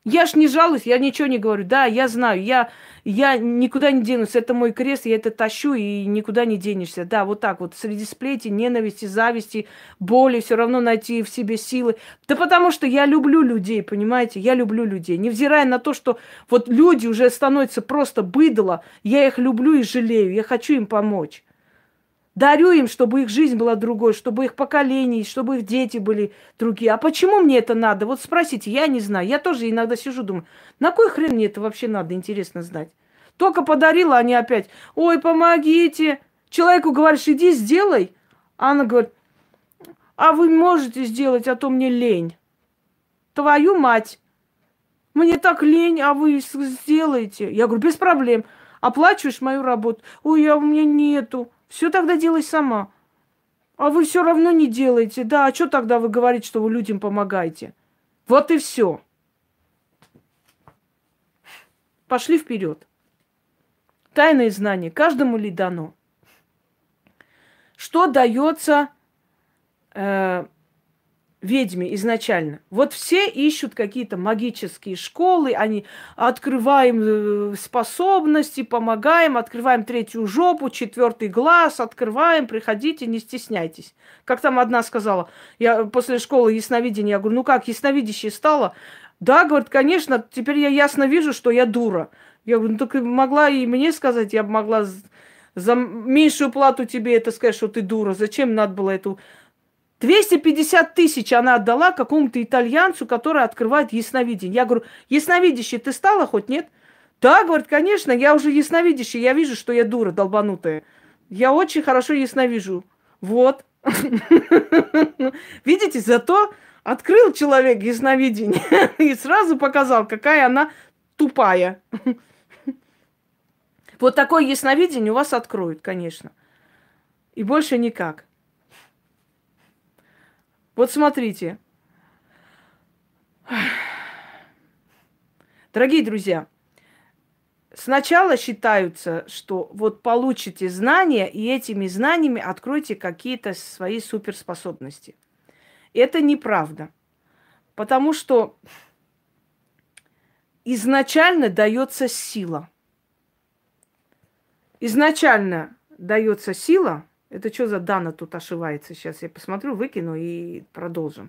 Я ж не жалуюсь, я ничего не говорю. Да, я знаю, я, я никуда не денусь. Это мой крест, я это тащу, и никуда не денешься. Да, вот так вот. Среди сплетен, ненависти, зависти, боли все равно найти в себе силы. Да потому что я люблю людей, понимаете? Я люблю людей. Невзирая на то, что вот люди уже становятся просто быдло, я их люблю и жалею. Я хочу им помочь. Дарю им, чтобы их жизнь была другой, чтобы их поколение, чтобы их дети были другие. А почему мне это надо? Вот спросите, я не знаю. Я тоже иногда сижу, думаю, на кой хрен мне это вообще надо, интересно знать. Только подарила, они опять, ой, помогите. Человеку говоришь, иди сделай. А она говорит, а вы можете сделать, а то мне лень. Твою мать. Мне так лень, а вы сделаете. Я говорю, без проблем. Оплачиваешь мою работу. Ой, а у меня нету. Все тогда делай сама. А вы все равно не делаете. Да, а что тогда вы говорите, что вы людям помогаете? Вот и все. Пошли вперед. Тайные знания. Каждому ли дано? Что дается э, ведьме изначально? Вот все ищут какие-то магические школы, они открываем способности, помогаем, открываем третью жопу, четвертый глаз, открываем, приходите, не стесняйтесь. Как там одна сказала, я после школы ясновидения, я говорю, ну как, ясновидящей стала? Да, говорит, конечно, теперь я ясно вижу, что я дура. Я говорю, ну так могла и мне сказать, я бы могла за меньшую плату тебе это сказать, что ты дура. Зачем надо было эту... двести пятьдесят тысяч она отдала какому-то итальянцу, который открывает ясновидение. Я говорю, ясновидящий ты стала хоть, нет? Да, говорит, конечно, я уже ясновидящий, я вижу, что я дура долбанутая. Я очень хорошо ясновижу. Вот. Видите, зато открыл человек ясновидение и сразу показал, какая она тупая. Вот такое ясновидение у вас откроют, конечно. И больше никак. Вот смотрите. Дорогие друзья, сначала считаются, что вот получите знания, и этими знаниями откроете какие-то свои суперспособности. Это неправда. Потому что изначально дается сила. Изначально дается сила. Это что за Дана тут ошивается? Сейчас я посмотрю, выкину и продолжим.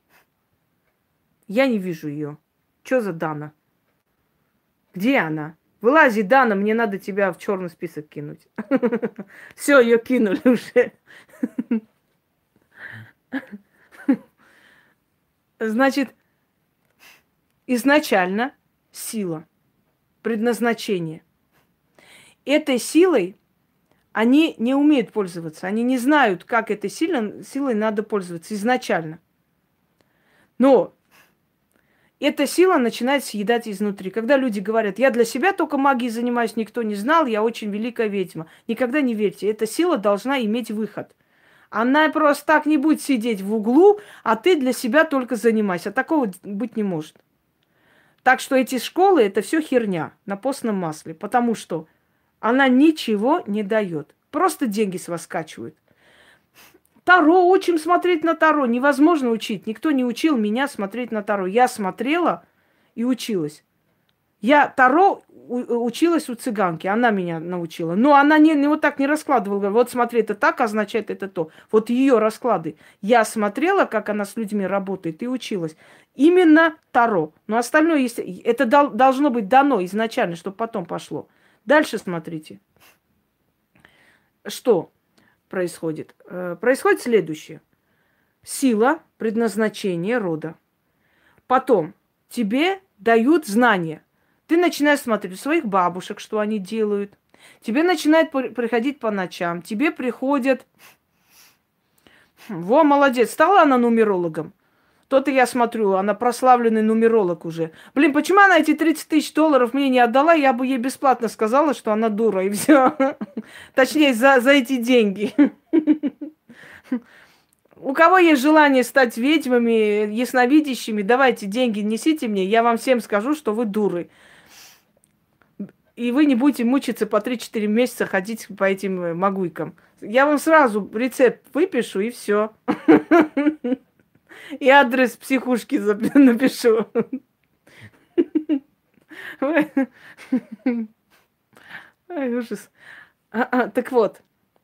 Я не вижу ее. Что за Дана? Где она? Вылази, Дана, мне надо тебя в черный список кинуть. Все, ее кинули уже. Значит, изначально сила, предназначение. Этой силой они не умеют пользоваться. Они не знают, как этой силой, силой надо пользоваться изначально. Но эта сила начинает съедать изнутри. Когда люди говорят, я для себя только магией занимаюсь, никто не знал, я очень великая ведьма. Никогда не верьте. Эта сила должна иметь выход. Она просто так не будет сидеть в углу, а ты для себя только занимайся. Такого быть не может. Так что эти школы, это все херня на постном масле. Потому что она ничего не дает. Просто деньги с вас скачивают. Таро, учим смотреть на Таро. Невозможно учить. Никто не учил меня смотреть на Таро. Я смотрела и училась. Я Таро училась у цыганки. Она меня научила. Но она не, не вот так не раскладывала. Говорит, вот смотри, это так означает это то. Вот ее расклады. Я смотрела, как она с людьми работает, и училась. Именно Таро. Но остальное, если это должно быть дано изначально, чтобы потом пошло. Дальше смотрите. Что происходит? Происходит следующее. Сила, предназначение рода. Потом тебе дают знания. Ты начинаешь смотреть у своих бабушек, что они делают. Тебе начинает приходить по ночам. Тебе приходят... Во, молодец, стала она нумерологом. То-то я смотрю, она прославленный нумеролог уже. Блин, почему она эти тридцать тысяч долларов мне не отдала? Я бы ей бесплатно сказала, что она дура, и все. Точнее, за, за эти деньги. У кого есть желание стать ведьмами, ясновидящими, давайте деньги несите мне, я вам всем скажу, что вы дуры. И вы не будете мучиться по три-четыре месяца ходить по этим магуйкам. Я вам сразу рецепт выпишу, и все. И адрес психушки напишу. Ой, ой, ужас. А, а, так вот,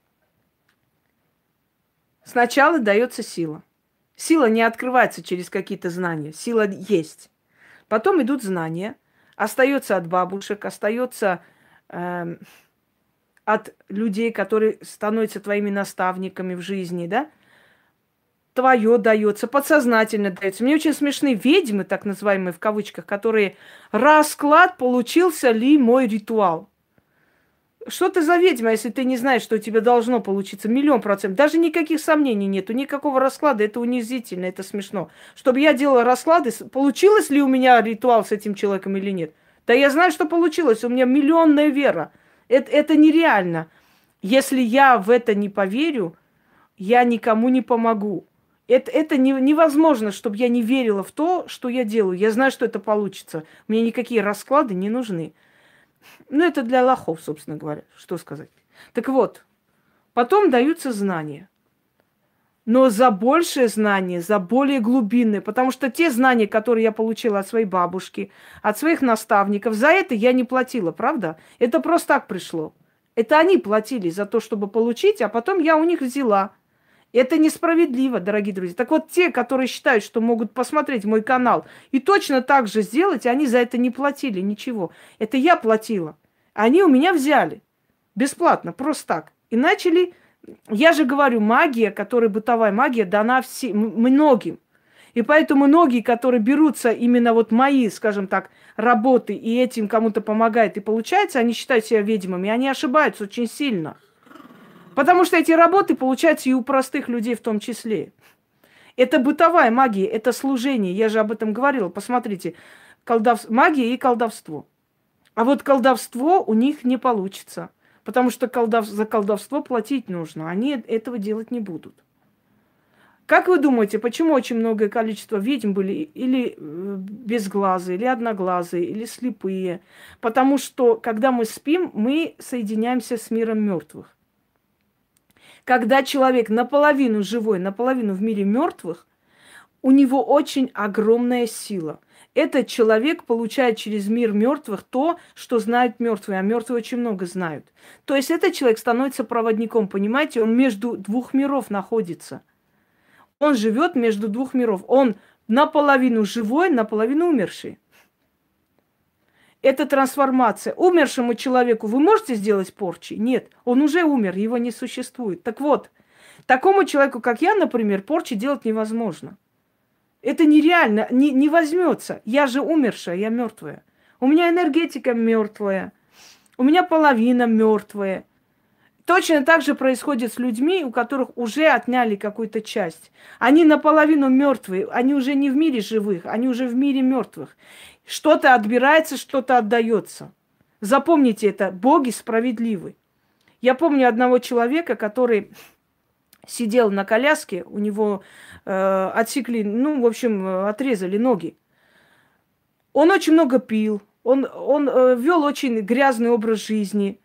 сначала дается сила. Сила не открывается через какие-то знания. Сила есть. Потом идут знания. Остается от бабушек, остается эм, от людей, которые становятся твоими наставниками в жизни, да? Твое дается, подсознательно дается. Мне очень смешны ведьмы, так называемые в кавычках, которые расклад, получился ли мой ритуал. Что ты за ведьма, если ты не знаешь, что у тебя должно получиться? Миллион процентов. Даже никаких сомнений нету, никакого расклада. Это унизительно, это смешно. Чтобы я делала расклады, получилось ли у меня ритуал с этим человеком или нет? Да я знаю, что получилось. У меня миллионная вера. Это, это нереально. Если я в это не поверю, я никому не помогу. Это, это не, невозможно, чтобы я не верила в то, что я делаю. Я знаю, что это получится. Мне никакие расклады не нужны. Ну, это для лохов, собственно говоря. Что сказать? Так вот, потом даются знания. Но за большее знание, за более глубинное. Потому что те знания, которые я получила от своей бабушки, от своих наставников, за это я не платила, правда? Это просто так пришло. Это они платили за то, чтобы получить, а потом я у них взяла. Это несправедливо, дорогие друзья. Так вот, те, которые считают, что могут посмотреть мой канал и точно так же сделать, они за это не платили ничего. Это я платила. Они у меня взяли. Бесплатно, просто так. И начали... Я же говорю, магия, которая бытовая магия, дана всем, многим. И поэтому многие, которые берутся именно вот мои, скажем так, работы, и этим кому-то помогает и получается, они считают себя ведьмами, и они ошибаются очень сильно. Потому что эти работы получаются и у простых людей в том числе. Это бытовая магия, это служение. Я же об этом говорила. Посмотрите, колдов... магия и колдовство. А вот колдовство у них не получится. Потому что колдов... за колдовство платить нужно. Они этого делать не будут. Как вы думаете, почему очень многое количество ведьм были или безглазые, или одноглазые, или слепые? Потому что, когда мы спим, мы соединяемся с миром мертвых. Когда человек наполовину живой, наполовину в мире мертвых, у него очень огромная сила. Этот человек получает через мир мертвых то, что знают мертвые, а мертвые очень много знают. То есть этот человек становится проводником, понимаете? Он между двух миров находится. Он живет между двух миров. Он наполовину живой, наполовину умерший. Это трансформация. Умершему человеку вы можете сделать порчи? Нет, он уже умер, его не существует. Так вот, такому человеку, как я, например, порчи делать невозможно. Это нереально, не, не возьмется. Я же умершая, я мертвая. У меня энергетика мертвая, у меня половина мертвая. Точно так же происходит с людьми, у которых уже отняли какую-то часть. Они наполовину мертвые, они уже не в мире живых, они уже в мире мертвых. Что-то отбирается, что-то отдается. Запомните это, боги справедливы. Я помню одного человека, который сидел на коляске, у него э, отсекли, ну, в общем, отрезали ноги. Он очень много пил, он, он э, вел очень грязный образ жизни.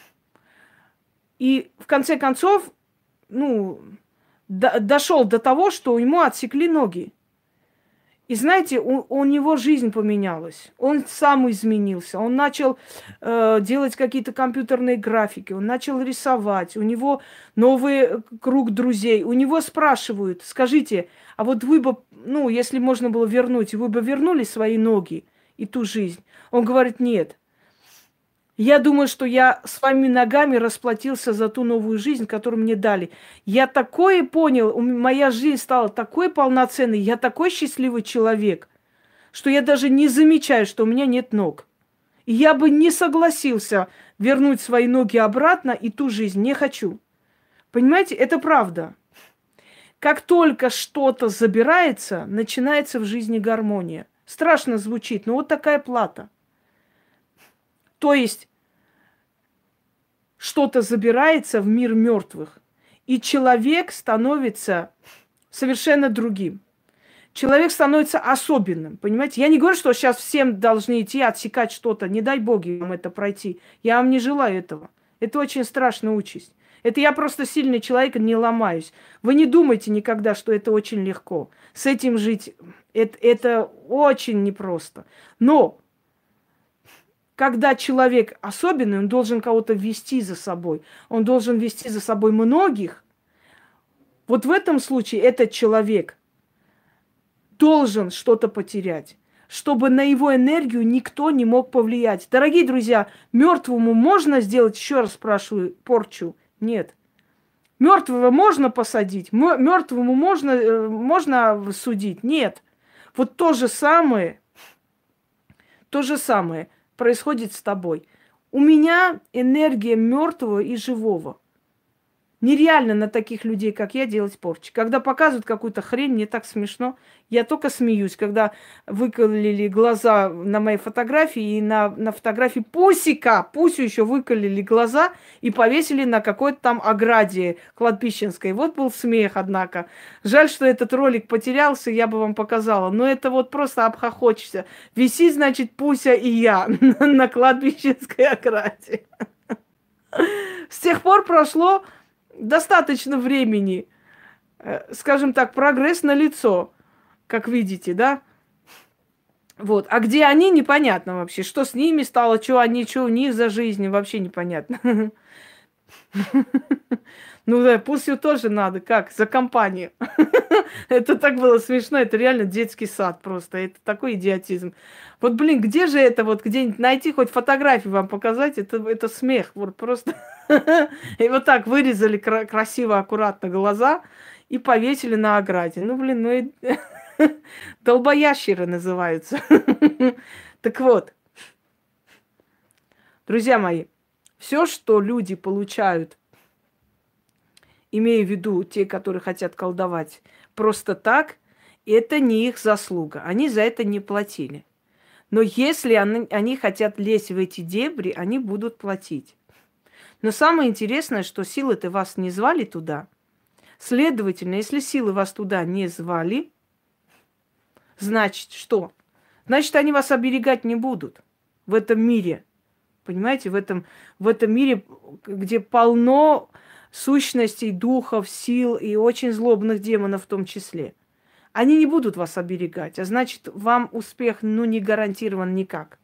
И в конце концов, ну, до, дошел до того, что ему отсекли ноги. И знаете, у, у него жизнь поменялась. Он сам изменился. Он начал э, делать какие-то компьютерные графики. Он начал рисовать. У него новый круг друзей. У него спрашивают, скажите, а вот вы бы, ну, если можно было вернуть, вы бы вернули свои ноги и ту жизнь? Он говорит, нет. Я думаю, что я своими ногами расплатился за ту новую жизнь, которую мне дали. Я такое понял, моя жизнь стала такой полноценной, я такой счастливый человек, что я даже не замечаю, что у меня нет ног. И я бы не согласился вернуть свои ноги обратно и ту жизнь. Не хочу. Понимаете, это правда. Как только что-то забирается, начинается в жизни гармония. Страшно звучит, но вот такая плата. То есть что-то забирается в мир мертвых, и человек становится совершенно другим. Человек становится особенным, понимаете? Я не говорю, что сейчас всем должны идти отсекать что-то. Не дай боги вам это пройти. Я вам не желаю этого. Это очень страшная участь. Это я просто сильный человек, не ломаюсь. Вы не думайте никогда, что это очень легко. С этим жить это, это очень непросто. Но когда человек особенный, он должен кого-то вести за собой. Он должен вести за собой многих. Вот в этом случае этот человек должен что-то потерять, чтобы на его энергию никто не мог повлиять. Дорогие друзья, мертвому можно сделать, еще раз спрашиваю, порчу? Нет. Мертвого можно посадить, мертвому можно, можно судить? Нет. Вот то же самое, то же самое происходит с тобой. У меня энергия мертвого и живого. Нереально на таких людей, как я, делать порчи. Когда показывают какую-то хрень, мне так смешно. Я только смеюсь, когда выколили глаза на моей фотографии, и на, на фотографии Пусика, Пусю еще выколили глаза и повесили на какой-то там ограде кладбищенской. Вот был смех, однако. Жаль, что этот ролик потерялся, я бы вам показала. Но это вот просто обхохочешься. Висит, значит, Пуся и я на кладбищенской ограде. С тех пор прошло достаточно времени, скажем так, прогресс налицо, как видите, да? Вот. А где они, непонятно вообще. Что с ними стало, что они, что у них за жизнь, вообще непонятно. Ну да, пусть ее тоже надо. Как? За компанию. Это так было смешно. Это реально детский сад просто. Это такой идиотизм. Вот, блин, где же это вот где-нибудь найти, хоть фотографию вам показать? Это, это смех. Вот просто. И вот так вырезали кра- красиво, аккуратно глаза и повесили на ограде. Ну, блин, ну и долбоящеры называются. Так вот, друзья мои, все, что люди получают, имея в виду те, которые хотят колдовать, просто так, это не их заслуга. Они за это не платили. Но если они, они хотят лезть в эти дебри, они будут платить. Но самое интересное, что силы-то вас не звали туда. Следовательно, если силы вас туда не звали, значит что? Значит, они вас оберегать не будут в этом мире. Понимаете, в этом, в этом мире, где полно сущностей, духов, сил и очень злобных демонов в том числе. Они не будут вас оберегать, а значит, вам успех ну, не гарантирован никак.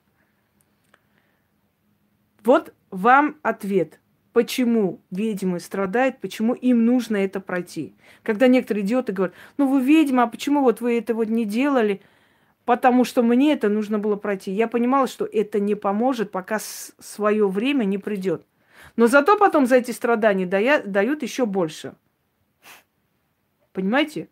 Вот вам ответ. Почему ведьмы страдают, почему им нужно это пройти. Когда некоторые идиоты говорят, ну вы ведьма, а почему вот вы это вот не делали? Потому что мне это нужно было пройти. Я понимала, что это не поможет, пока свое время не придет. Но зато потом за эти страдания дая, дают еще больше. Понимаете?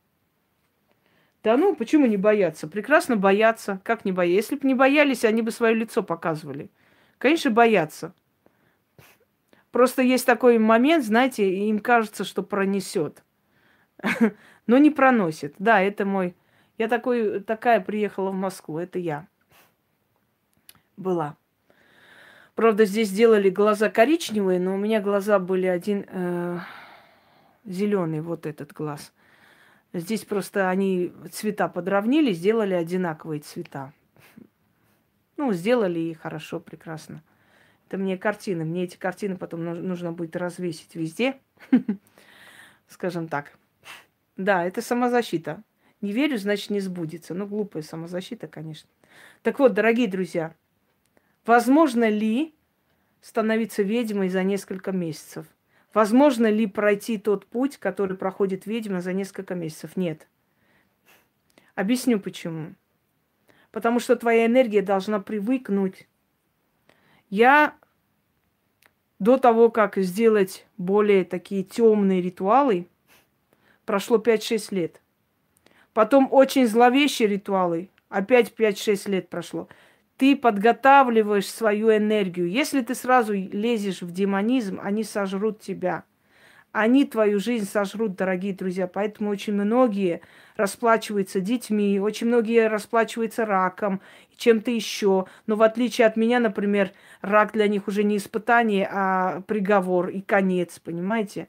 Да ну, почему не бояться? Прекрасно бояться. Как не бояться? Если бы не боялись, они бы свое лицо показывали. Конечно, боятся. Просто есть такой момент, знаете, им кажется, что пронесет. Но не проносит. Да, это мой... Я такой, такая приехала в Москву. Это я была. Правда, здесь сделали глаза коричневые, но у меня глаза были один э, зеленый, вот этот глаз. Здесь просто они цвета подровнили, сделали одинаковые цвета. Ну, сделали и хорошо, прекрасно. Это мне картины. Мне эти картины потом нужно будет развесить везде. Скажем так. Да, это самозащита. Не верю, значит, не сбудется. Ну, глупая самозащита, конечно. Так вот, дорогие друзья, возможно ли становиться ведьмой за несколько месяцев? Возможно ли пройти тот путь, который проходит ведьма за несколько месяцев? Нет. Объясню почему. Потому что твоя энергия должна привыкнуть. Я до того, как сделать более такие темные ритуалы, прошло пять-шесть лет. Потом очень зловещие ритуалы, опять пять-шесть лет прошло. Ты подготавливаешь свою энергию. Если ты сразу лезешь в демонизм, они сожрут тебя. Они твою жизнь сожрут, дорогие друзья. Поэтому очень многие расплачиваются детьми, очень многие расплачиваются раком, чем-то еще. Но в отличие от меня, например, рак для них уже не испытание, а приговор и конец, понимаете?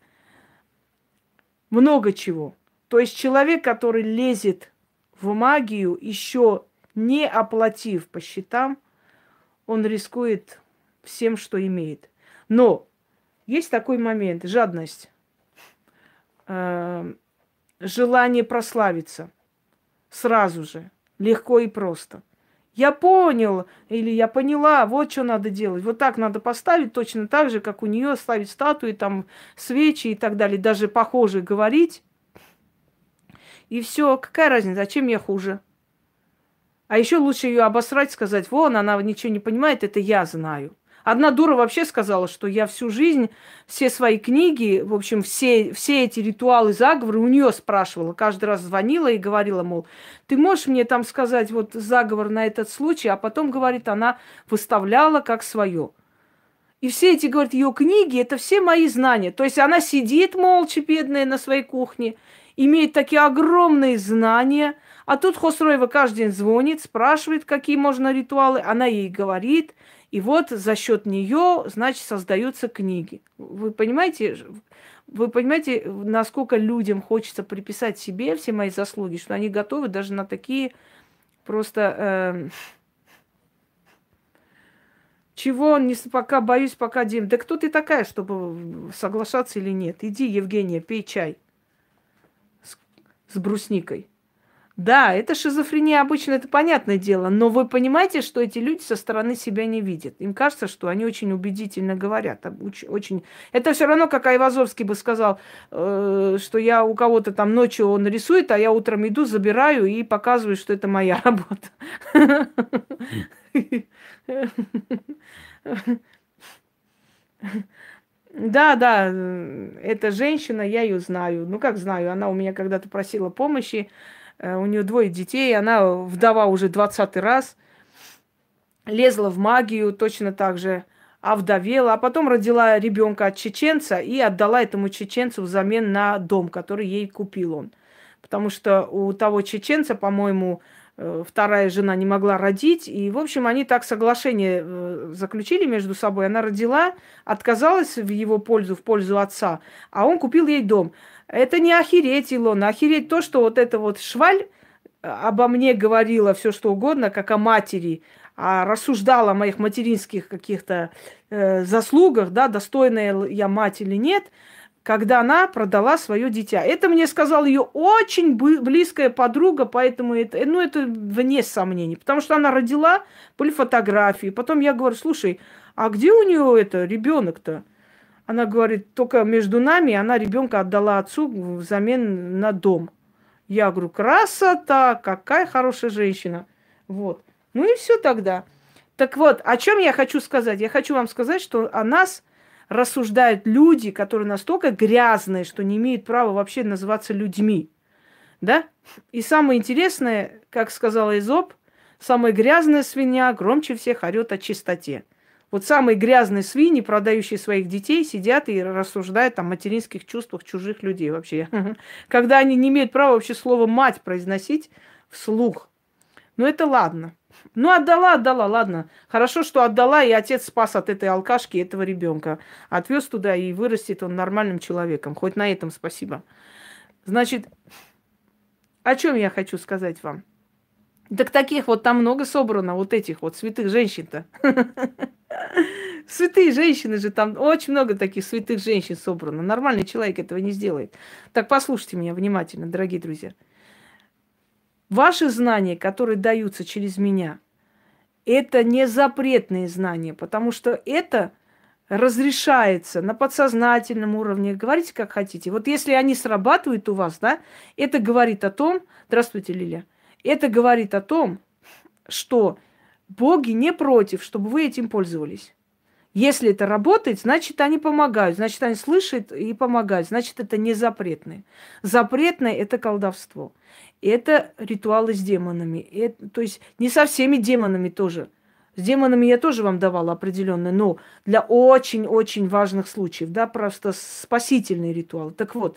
Много чего. То есть человек, который лезет в магию, еще не оплатив по счетам, он рискует всем, что имеет. Но есть такой момент, жадность, э, желание прославиться сразу же, легко и просто. Я понял, или я поняла, вот что надо делать. Вот так надо поставить, точно так же, как у нее ставить статуи, там, свечи и так далее. Даже похоже говорить. И все, какая разница, зачем я хуже? А еще лучше ее обосрать, сказать, вон, она ничего не понимает, это я знаю. Одна дура вообще сказала, что я всю жизнь, все свои книги, в общем, все, все эти ритуалы, заговоры у нее спрашивала. Каждый раз звонила и говорила, мол, ты можешь мне там сказать вот заговор на этот случай, а потом, говорит, она выставляла как свое. И все эти, говорит, ее книги, это все мои знания. То есть она сидит молча, бедная, на своей кухне, имеет такие огромные знания, а тут Хосроева каждый день звонит, спрашивает, какие можно ритуалы, она ей говорит, и вот за счет нее, значит, создаются книги. Вы понимаете, вы понимаете, насколько людям хочется приписать себе все мои заслуги, что они готовы даже на такие просто... Э, чего не с- пока боюсь, пока Дим. Да кто ты такая, чтобы соглашаться или нет? Иди, Евгения, пей чай с, с брусникой. Да, это шизофрения обычно, это понятное дело, но вы понимаете, что эти люди со стороны себя не видят. Им кажется, что они очень убедительно говорят. об- уч- Очень... Это все равно, как Айвазовский бы сказал, э, что я у кого-то там ночью он рисует, а я утром иду, забираю и показываю, что это моя работа. Да, да, э, эта женщина, я ее знаю. Ну, как знаю, она у меня когда-то просила помощи. э, У нее двое детей, она вдова уже двадцатый раз. Лезла в магию точно так же, овдовела, а потом родила ребенка от чеченца и отдала этому чеченцу взамен на дом, который ей купил он. Потому что у того чеченца, по-моему, э, вторая жена не могла родить. И, в общем, они так соглашение э, заключили между собой. Она родила, отказалась в его пользу, в пользу отца, а он купил ей дом. Это не охереть, Илона. Охереть то, что вот эта вот шваль э, обо мне говорила все что угодно, как о матери, а рассуждала о моих материнских каких-то э, заслугах, да, достойная л- я мать или нет, когда она продала свое дитя. Это мне сказала ее очень бы- близкая подруга, поэтому это, э, ну, это вне сомнений. Потому что она родила, были фотографии. Потом я говорю, слушай, а где у нее это ребенок-то? Она говорит, только между нами она ребенка отдала отцу взамен на дом. Я говорю, красота, какая хорошая женщина. Вот. Ну и все тогда. Так вот, о чем я хочу сказать? Я хочу вам сказать, что о нас рассуждают люди, которые настолько грязные, что не имеют права вообще называться людьми. Да? И самое интересное, как сказала Эзоп, самая грязная свинья громче всех орет о чистоте. Вот самые грязные свиньи, продающие своих детей, сидят и рассуждают о материнских чувствах чужих людей вообще. Когда они не имеют права вообще слово «мать» произносить вслух. Ну, это ладно. Ну, отдала, отдала, ладно. Хорошо, что отдала, и отец спас от этой алкашки этого ребенка. Отвез туда, и вырастет он нормальным человеком. Хоть на этом спасибо. Значит, о чем я хочу сказать вам? Так таких вот там много собрано, вот этих вот святых женщин-то. Святые женщины же там, очень много таких святых женщин собрано. Нормальный человек этого не сделает. Так послушайте меня внимательно, дорогие друзья. Ваши знания, которые даются через меня, это не запретные знания, потому что это разрешается на подсознательном уровне. Говорите, как хотите. Вот если они срабатывают у вас, да, это говорит о том... Здравствуйте, Лилия. Это говорит о том, что боги не против, чтобы вы этим пользовались. Если это работает, значит, они помогают. Значит, они слышат и помогают. Значит, это не запретное. Запретное – это колдовство. Это ритуалы с демонами. Это, то есть не со всеми демонами тоже. С демонами я тоже вам давала определенные, но для очень-очень важных случаев, да, просто спасительный ритуал. Так вот,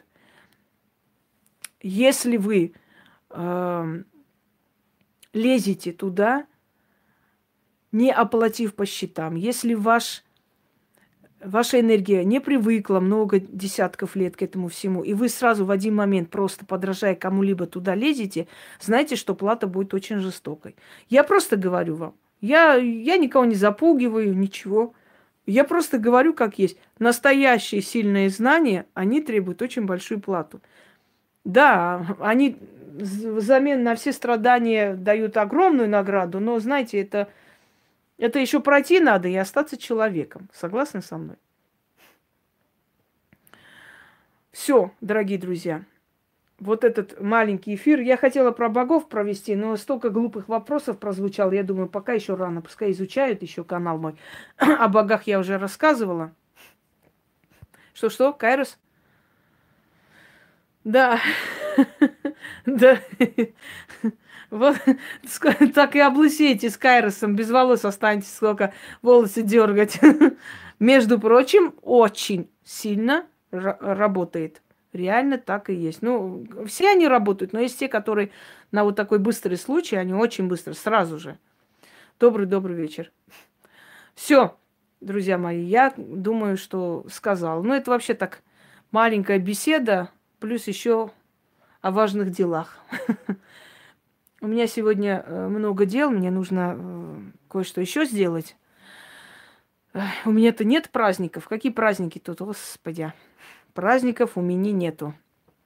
если вы э, лезете туда, не оплатив по счетам, если ваш, ваша энергия не привыкла много десятков лет к этому всему, и вы сразу в один момент, просто подражая кому-либо, туда лезете, знайте, что плата будет очень жестокой. Я просто говорю вам. Я, я никого не запугиваю, ничего. Я просто говорю, как есть. Настоящие сильные знания, они требуют очень большую плату. Да, они взамен на все страдания дают огромную награду, но, знаете, это, это еще пройти надо и остаться человеком. Согласны со мной? Все, дорогие друзья. Вот этот маленький эфир. Я хотела про богов провести, но столько глупых вопросов прозвучало. Я думаю, пока еще рано. Пускай изучают еще канал мой. О богах я уже рассказывала. Что-что, Кайрос? Да. Да. Вот так и облысеете с Кайросом. Без волос останетесь, сколько волосы дергать. Между прочим, очень сильно работает. Реально так и есть. Ну, все они работают, но есть те, которые на вот такой быстрый случай, они очень быстро, сразу же. Добрый-добрый вечер. Все, друзья мои, я думаю, что сказал. Ну, это вообще так маленькая беседа, плюс еще о важных делах. У меня сегодня много дел, мне нужно кое-что еще сделать. У меня-то нет праздников. Какие праздники тут, господи? Праздников у меня нету.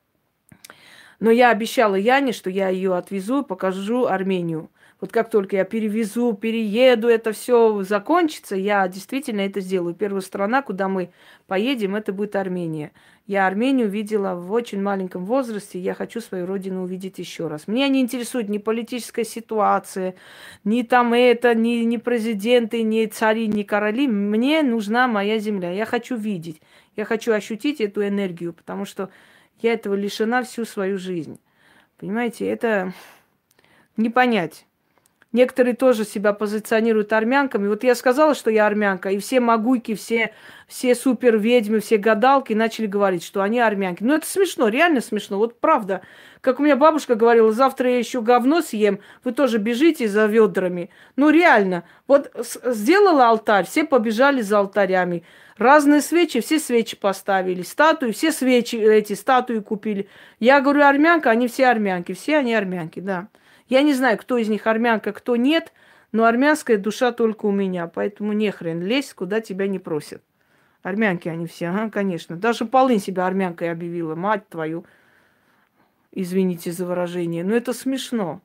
Но я обещала Яне, что я ее отвезу, покажу Армению. Вот как только я перевезу, перееду, это все закончится, я действительно это сделаю. Первая страна, куда мы поедем, это будет Армения. Я Армению видела в очень маленьком возрасте, я хочу свою родину увидеть еще раз. Меня не интересует ни политическая ситуация, ни там это, ни, ни президенты, ни цари, ни короли. Мне нужна моя земля. Я хочу видеть, я хочу ощутить эту энергию, потому что я этого лишена всю свою жизнь. Понимаете, это не понять. Некоторые тоже себя позиционируют армянками. Вот я сказала, что я армянка, и все могуйки, все, все супер ведьмы, все гадалки начали говорить, что они армянки. Ну, это смешно, реально смешно. Вот правда. Как у меня бабушка говорила, завтра я еще говно съем, вы тоже бежите за ведрами. Ну, реально. Вот сделала алтарь, все побежали за алтарями. Разные свечи, все свечи поставили. Статуи, все свечи, эти статуи купили. Я говорю, армянка, они все армянки. Все они армянки, да. Я не знаю, кто из них армянка, кто нет, но армянская душа только у меня, поэтому не хрен лезь, куда тебя не просят. Армянки они все, ага, конечно. Даже Полынь себя армянкой объявила, мать твою. Извините за выражение, но это смешно.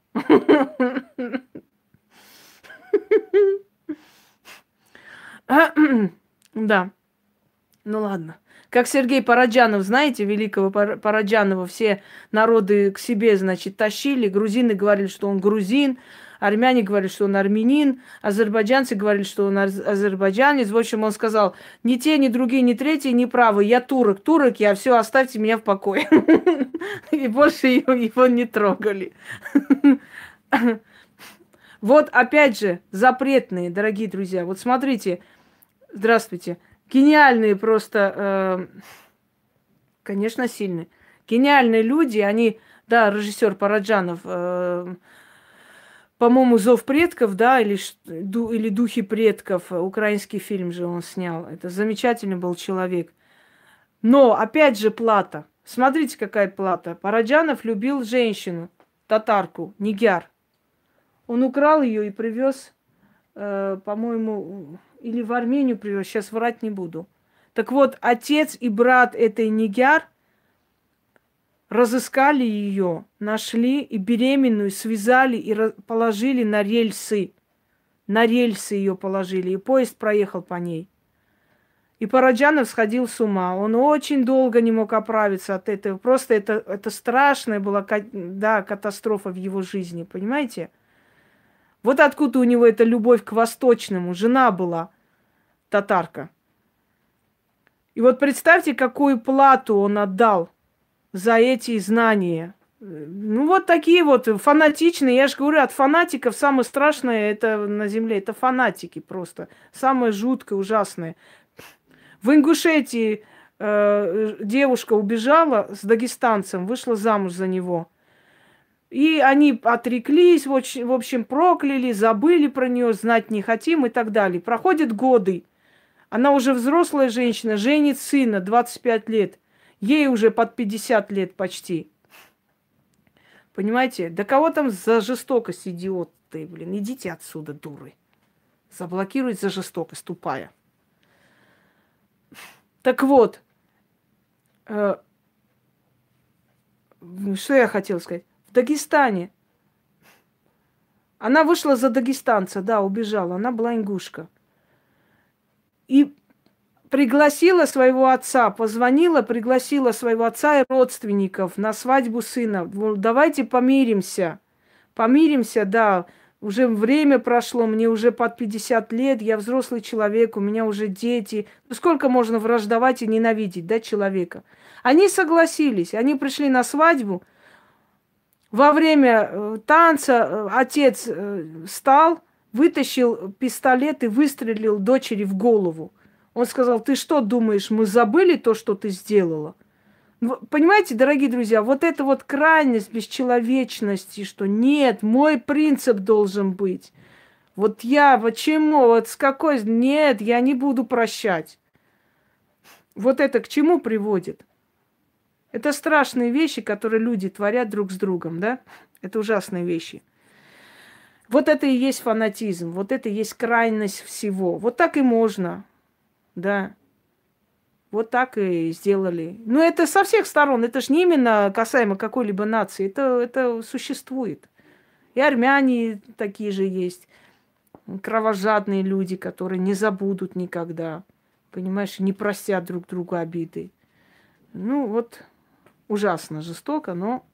Да, ну ладно. Как Сергей Параджанов, знаете, великого Параджанова, все народы к себе, значит, тащили. Грузины говорили, что он грузин, армяне говорили, что он армянин, азербайджанцы говорили, что он азербайджанец. В общем, он сказал, ни те, ни другие, ни третьи, ни правы. Я турок, турок, я все, оставьте меня в покое. И больше его не трогали. Вот опять же, запретные, дорогие друзья. Вот смотрите, здравствуйте. Гениальные просто, э, конечно, сильные. Гениальные люди, они, да, режиссер Параджанов, э, по-моему, «Зов предков», да, или, или «Духи предков», украинский фильм же он снял. Это замечательный был человек. Но, опять же, плата. Смотрите, какая плата. Параджанов любил женщину, татарку, нигяр. Он украл ее и привез, э, по-моему, или в Армению привез, сейчас врать не буду. Так вот, отец и брат этой нигяр разыскали ее, нашли и беременную связали и положили на рельсы. На рельсы ее положили, и поезд проехал по ней. И Параджанов сходил с ума. Он очень долго не мог оправиться от этого. Просто это, это страшная была, да, катастрофа в его жизни, понимаете? Вот откуда у него эта любовь к восточному. Жена была татарка. И вот представьте, какую плату он отдал за эти знания. Ну, вот такие вот фанатичные. Я же говорю, от фанатиков самое страшное это на земле. Это фанатики просто. Самое жуткое, ужасное. В Ингушетии э, девушка убежала с дагестанцем, вышла замуж за него. И они отреклись, в общем, прокляли, забыли про нее, знать не хотим и так далее. Проходят годы. Она уже взрослая женщина, женит сына, двадцать пять лет. Ей уже под пятьдесят лет почти. Понимаете? Да кого там за жестокость, идиоты, блин? Идите отсюда, дуры. Заблокируют за жестокость, тупая. Так вот. Э, что я хотела сказать? В В Дагестане. Она вышла за дагестанца, да, убежала. Она была ингушка. И пригласила своего отца, позвонила, пригласила своего отца и родственников на свадьбу сына. Давайте помиримся. Помиримся, да. Уже время прошло, мне уже под пятьдесят лет, я взрослый человек, у меня уже дети. Ну сколько можно враждовать и ненавидеть, да, человека? Они согласились, они пришли на свадьбу. Во время э, танца э, отец э, встал, вытащил пистолет и выстрелил дочери в голову. Он сказал: ты что думаешь, мы забыли то, что ты сделала? Понимаете, дорогие друзья, вот эта вот крайность бесчеловечности, что нет, мой принцип должен быть. Вот я, почему, вот с какой... Нет, я не буду прощать. Вот это к чему приводит? Это страшные вещи, которые люди творят друг с другом, да? Это ужасные вещи. Вот это и есть фанатизм, вот это и есть крайность всего. Вот так и можно, да. Вот так и сделали. Но это со всех сторон. Это же не именно касаемо какой-либо нации. Это, это существует. И армяне такие же есть. Кровожадные люди, которые не забудут никогда. Понимаешь, не простят друг другу обиды. Ну вот, ужасно жестоко, но...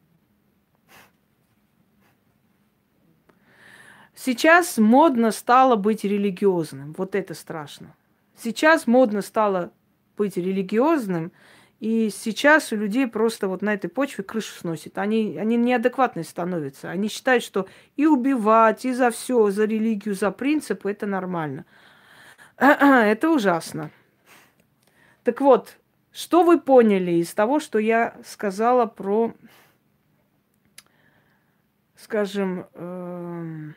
Сейчас модно стало быть религиозным. Вот это страшно. Сейчас модно стало быть религиозным, и сейчас у людей просто вот на этой почве крышу сносит. Они, они неадекватные становятся. Они считают, что и убивать, и за все, за религию, за принципы это нормально. Это ужасно. Так вот, что вы поняли из того, что я сказала про, скажем, э-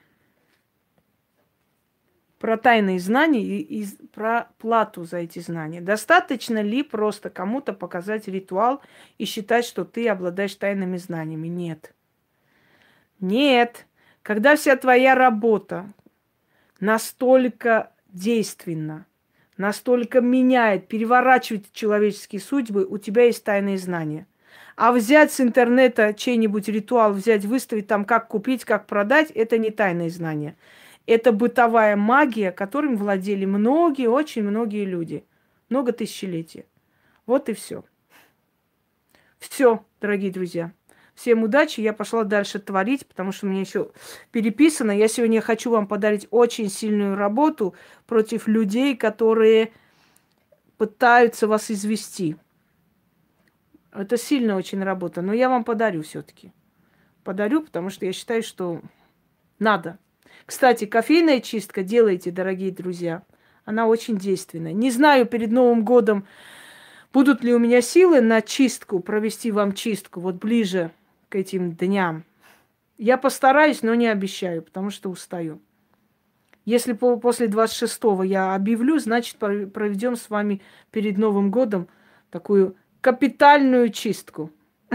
про тайные знания и, и про плату за эти знания? Достаточно ли просто кому-то показать ритуал и считать, что ты обладаешь тайными знаниями? Нет. Нет. Когда вся твоя работа настолько действенна, настолько меняет, переворачивает человеческие судьбы, у тебя есть тайные знания. А взять с интернета чей-нибудь ритуал, взять, выставить там, как купить, как продать, это не тайные знания. Это бытовая магия, которым владели многие, очень многие люди. Много тысячелетий. Вот и все. Все, дорогие друзья. Всем удачи. Я пошла дальше творить, потому что у меня еще переписано. Я сегодня хочу вам подарить очень сильную работу против людей, которые пытаются вас извести. Это сильная очень работа, но я вам подарю все-таки. Подарю, потому что я считаю, что надо. Кстати, кофейная чистка делайте, дорогие друзья. Она очень действенная. Не знаю, перед Новым годом будут ли у меня силы на чистку, провести вам чистку, вот ближе к этим дням. Я постараюсь, но не обещаю, потому что устаю. Если по- после двадцать шестого я объявлю, значит, проведем с вами перед Новым годом такую капитальную чистку.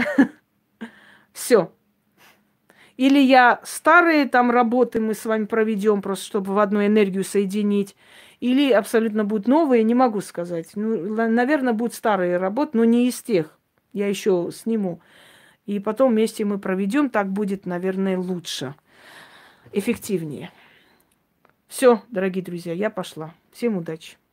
Все. Или я старые там работы мы с вами проведем, просто чтобы в одну энергию соединить. Или абсолютно будут новые, не могу сказать. Ну, наверное, будут старые работы, но не из тех. Я еще сниму. И потом вместе мы проведем, так будет, наверное, лучше, эффективнее. Все, дорогие друзья, я пошла. Всем удачи.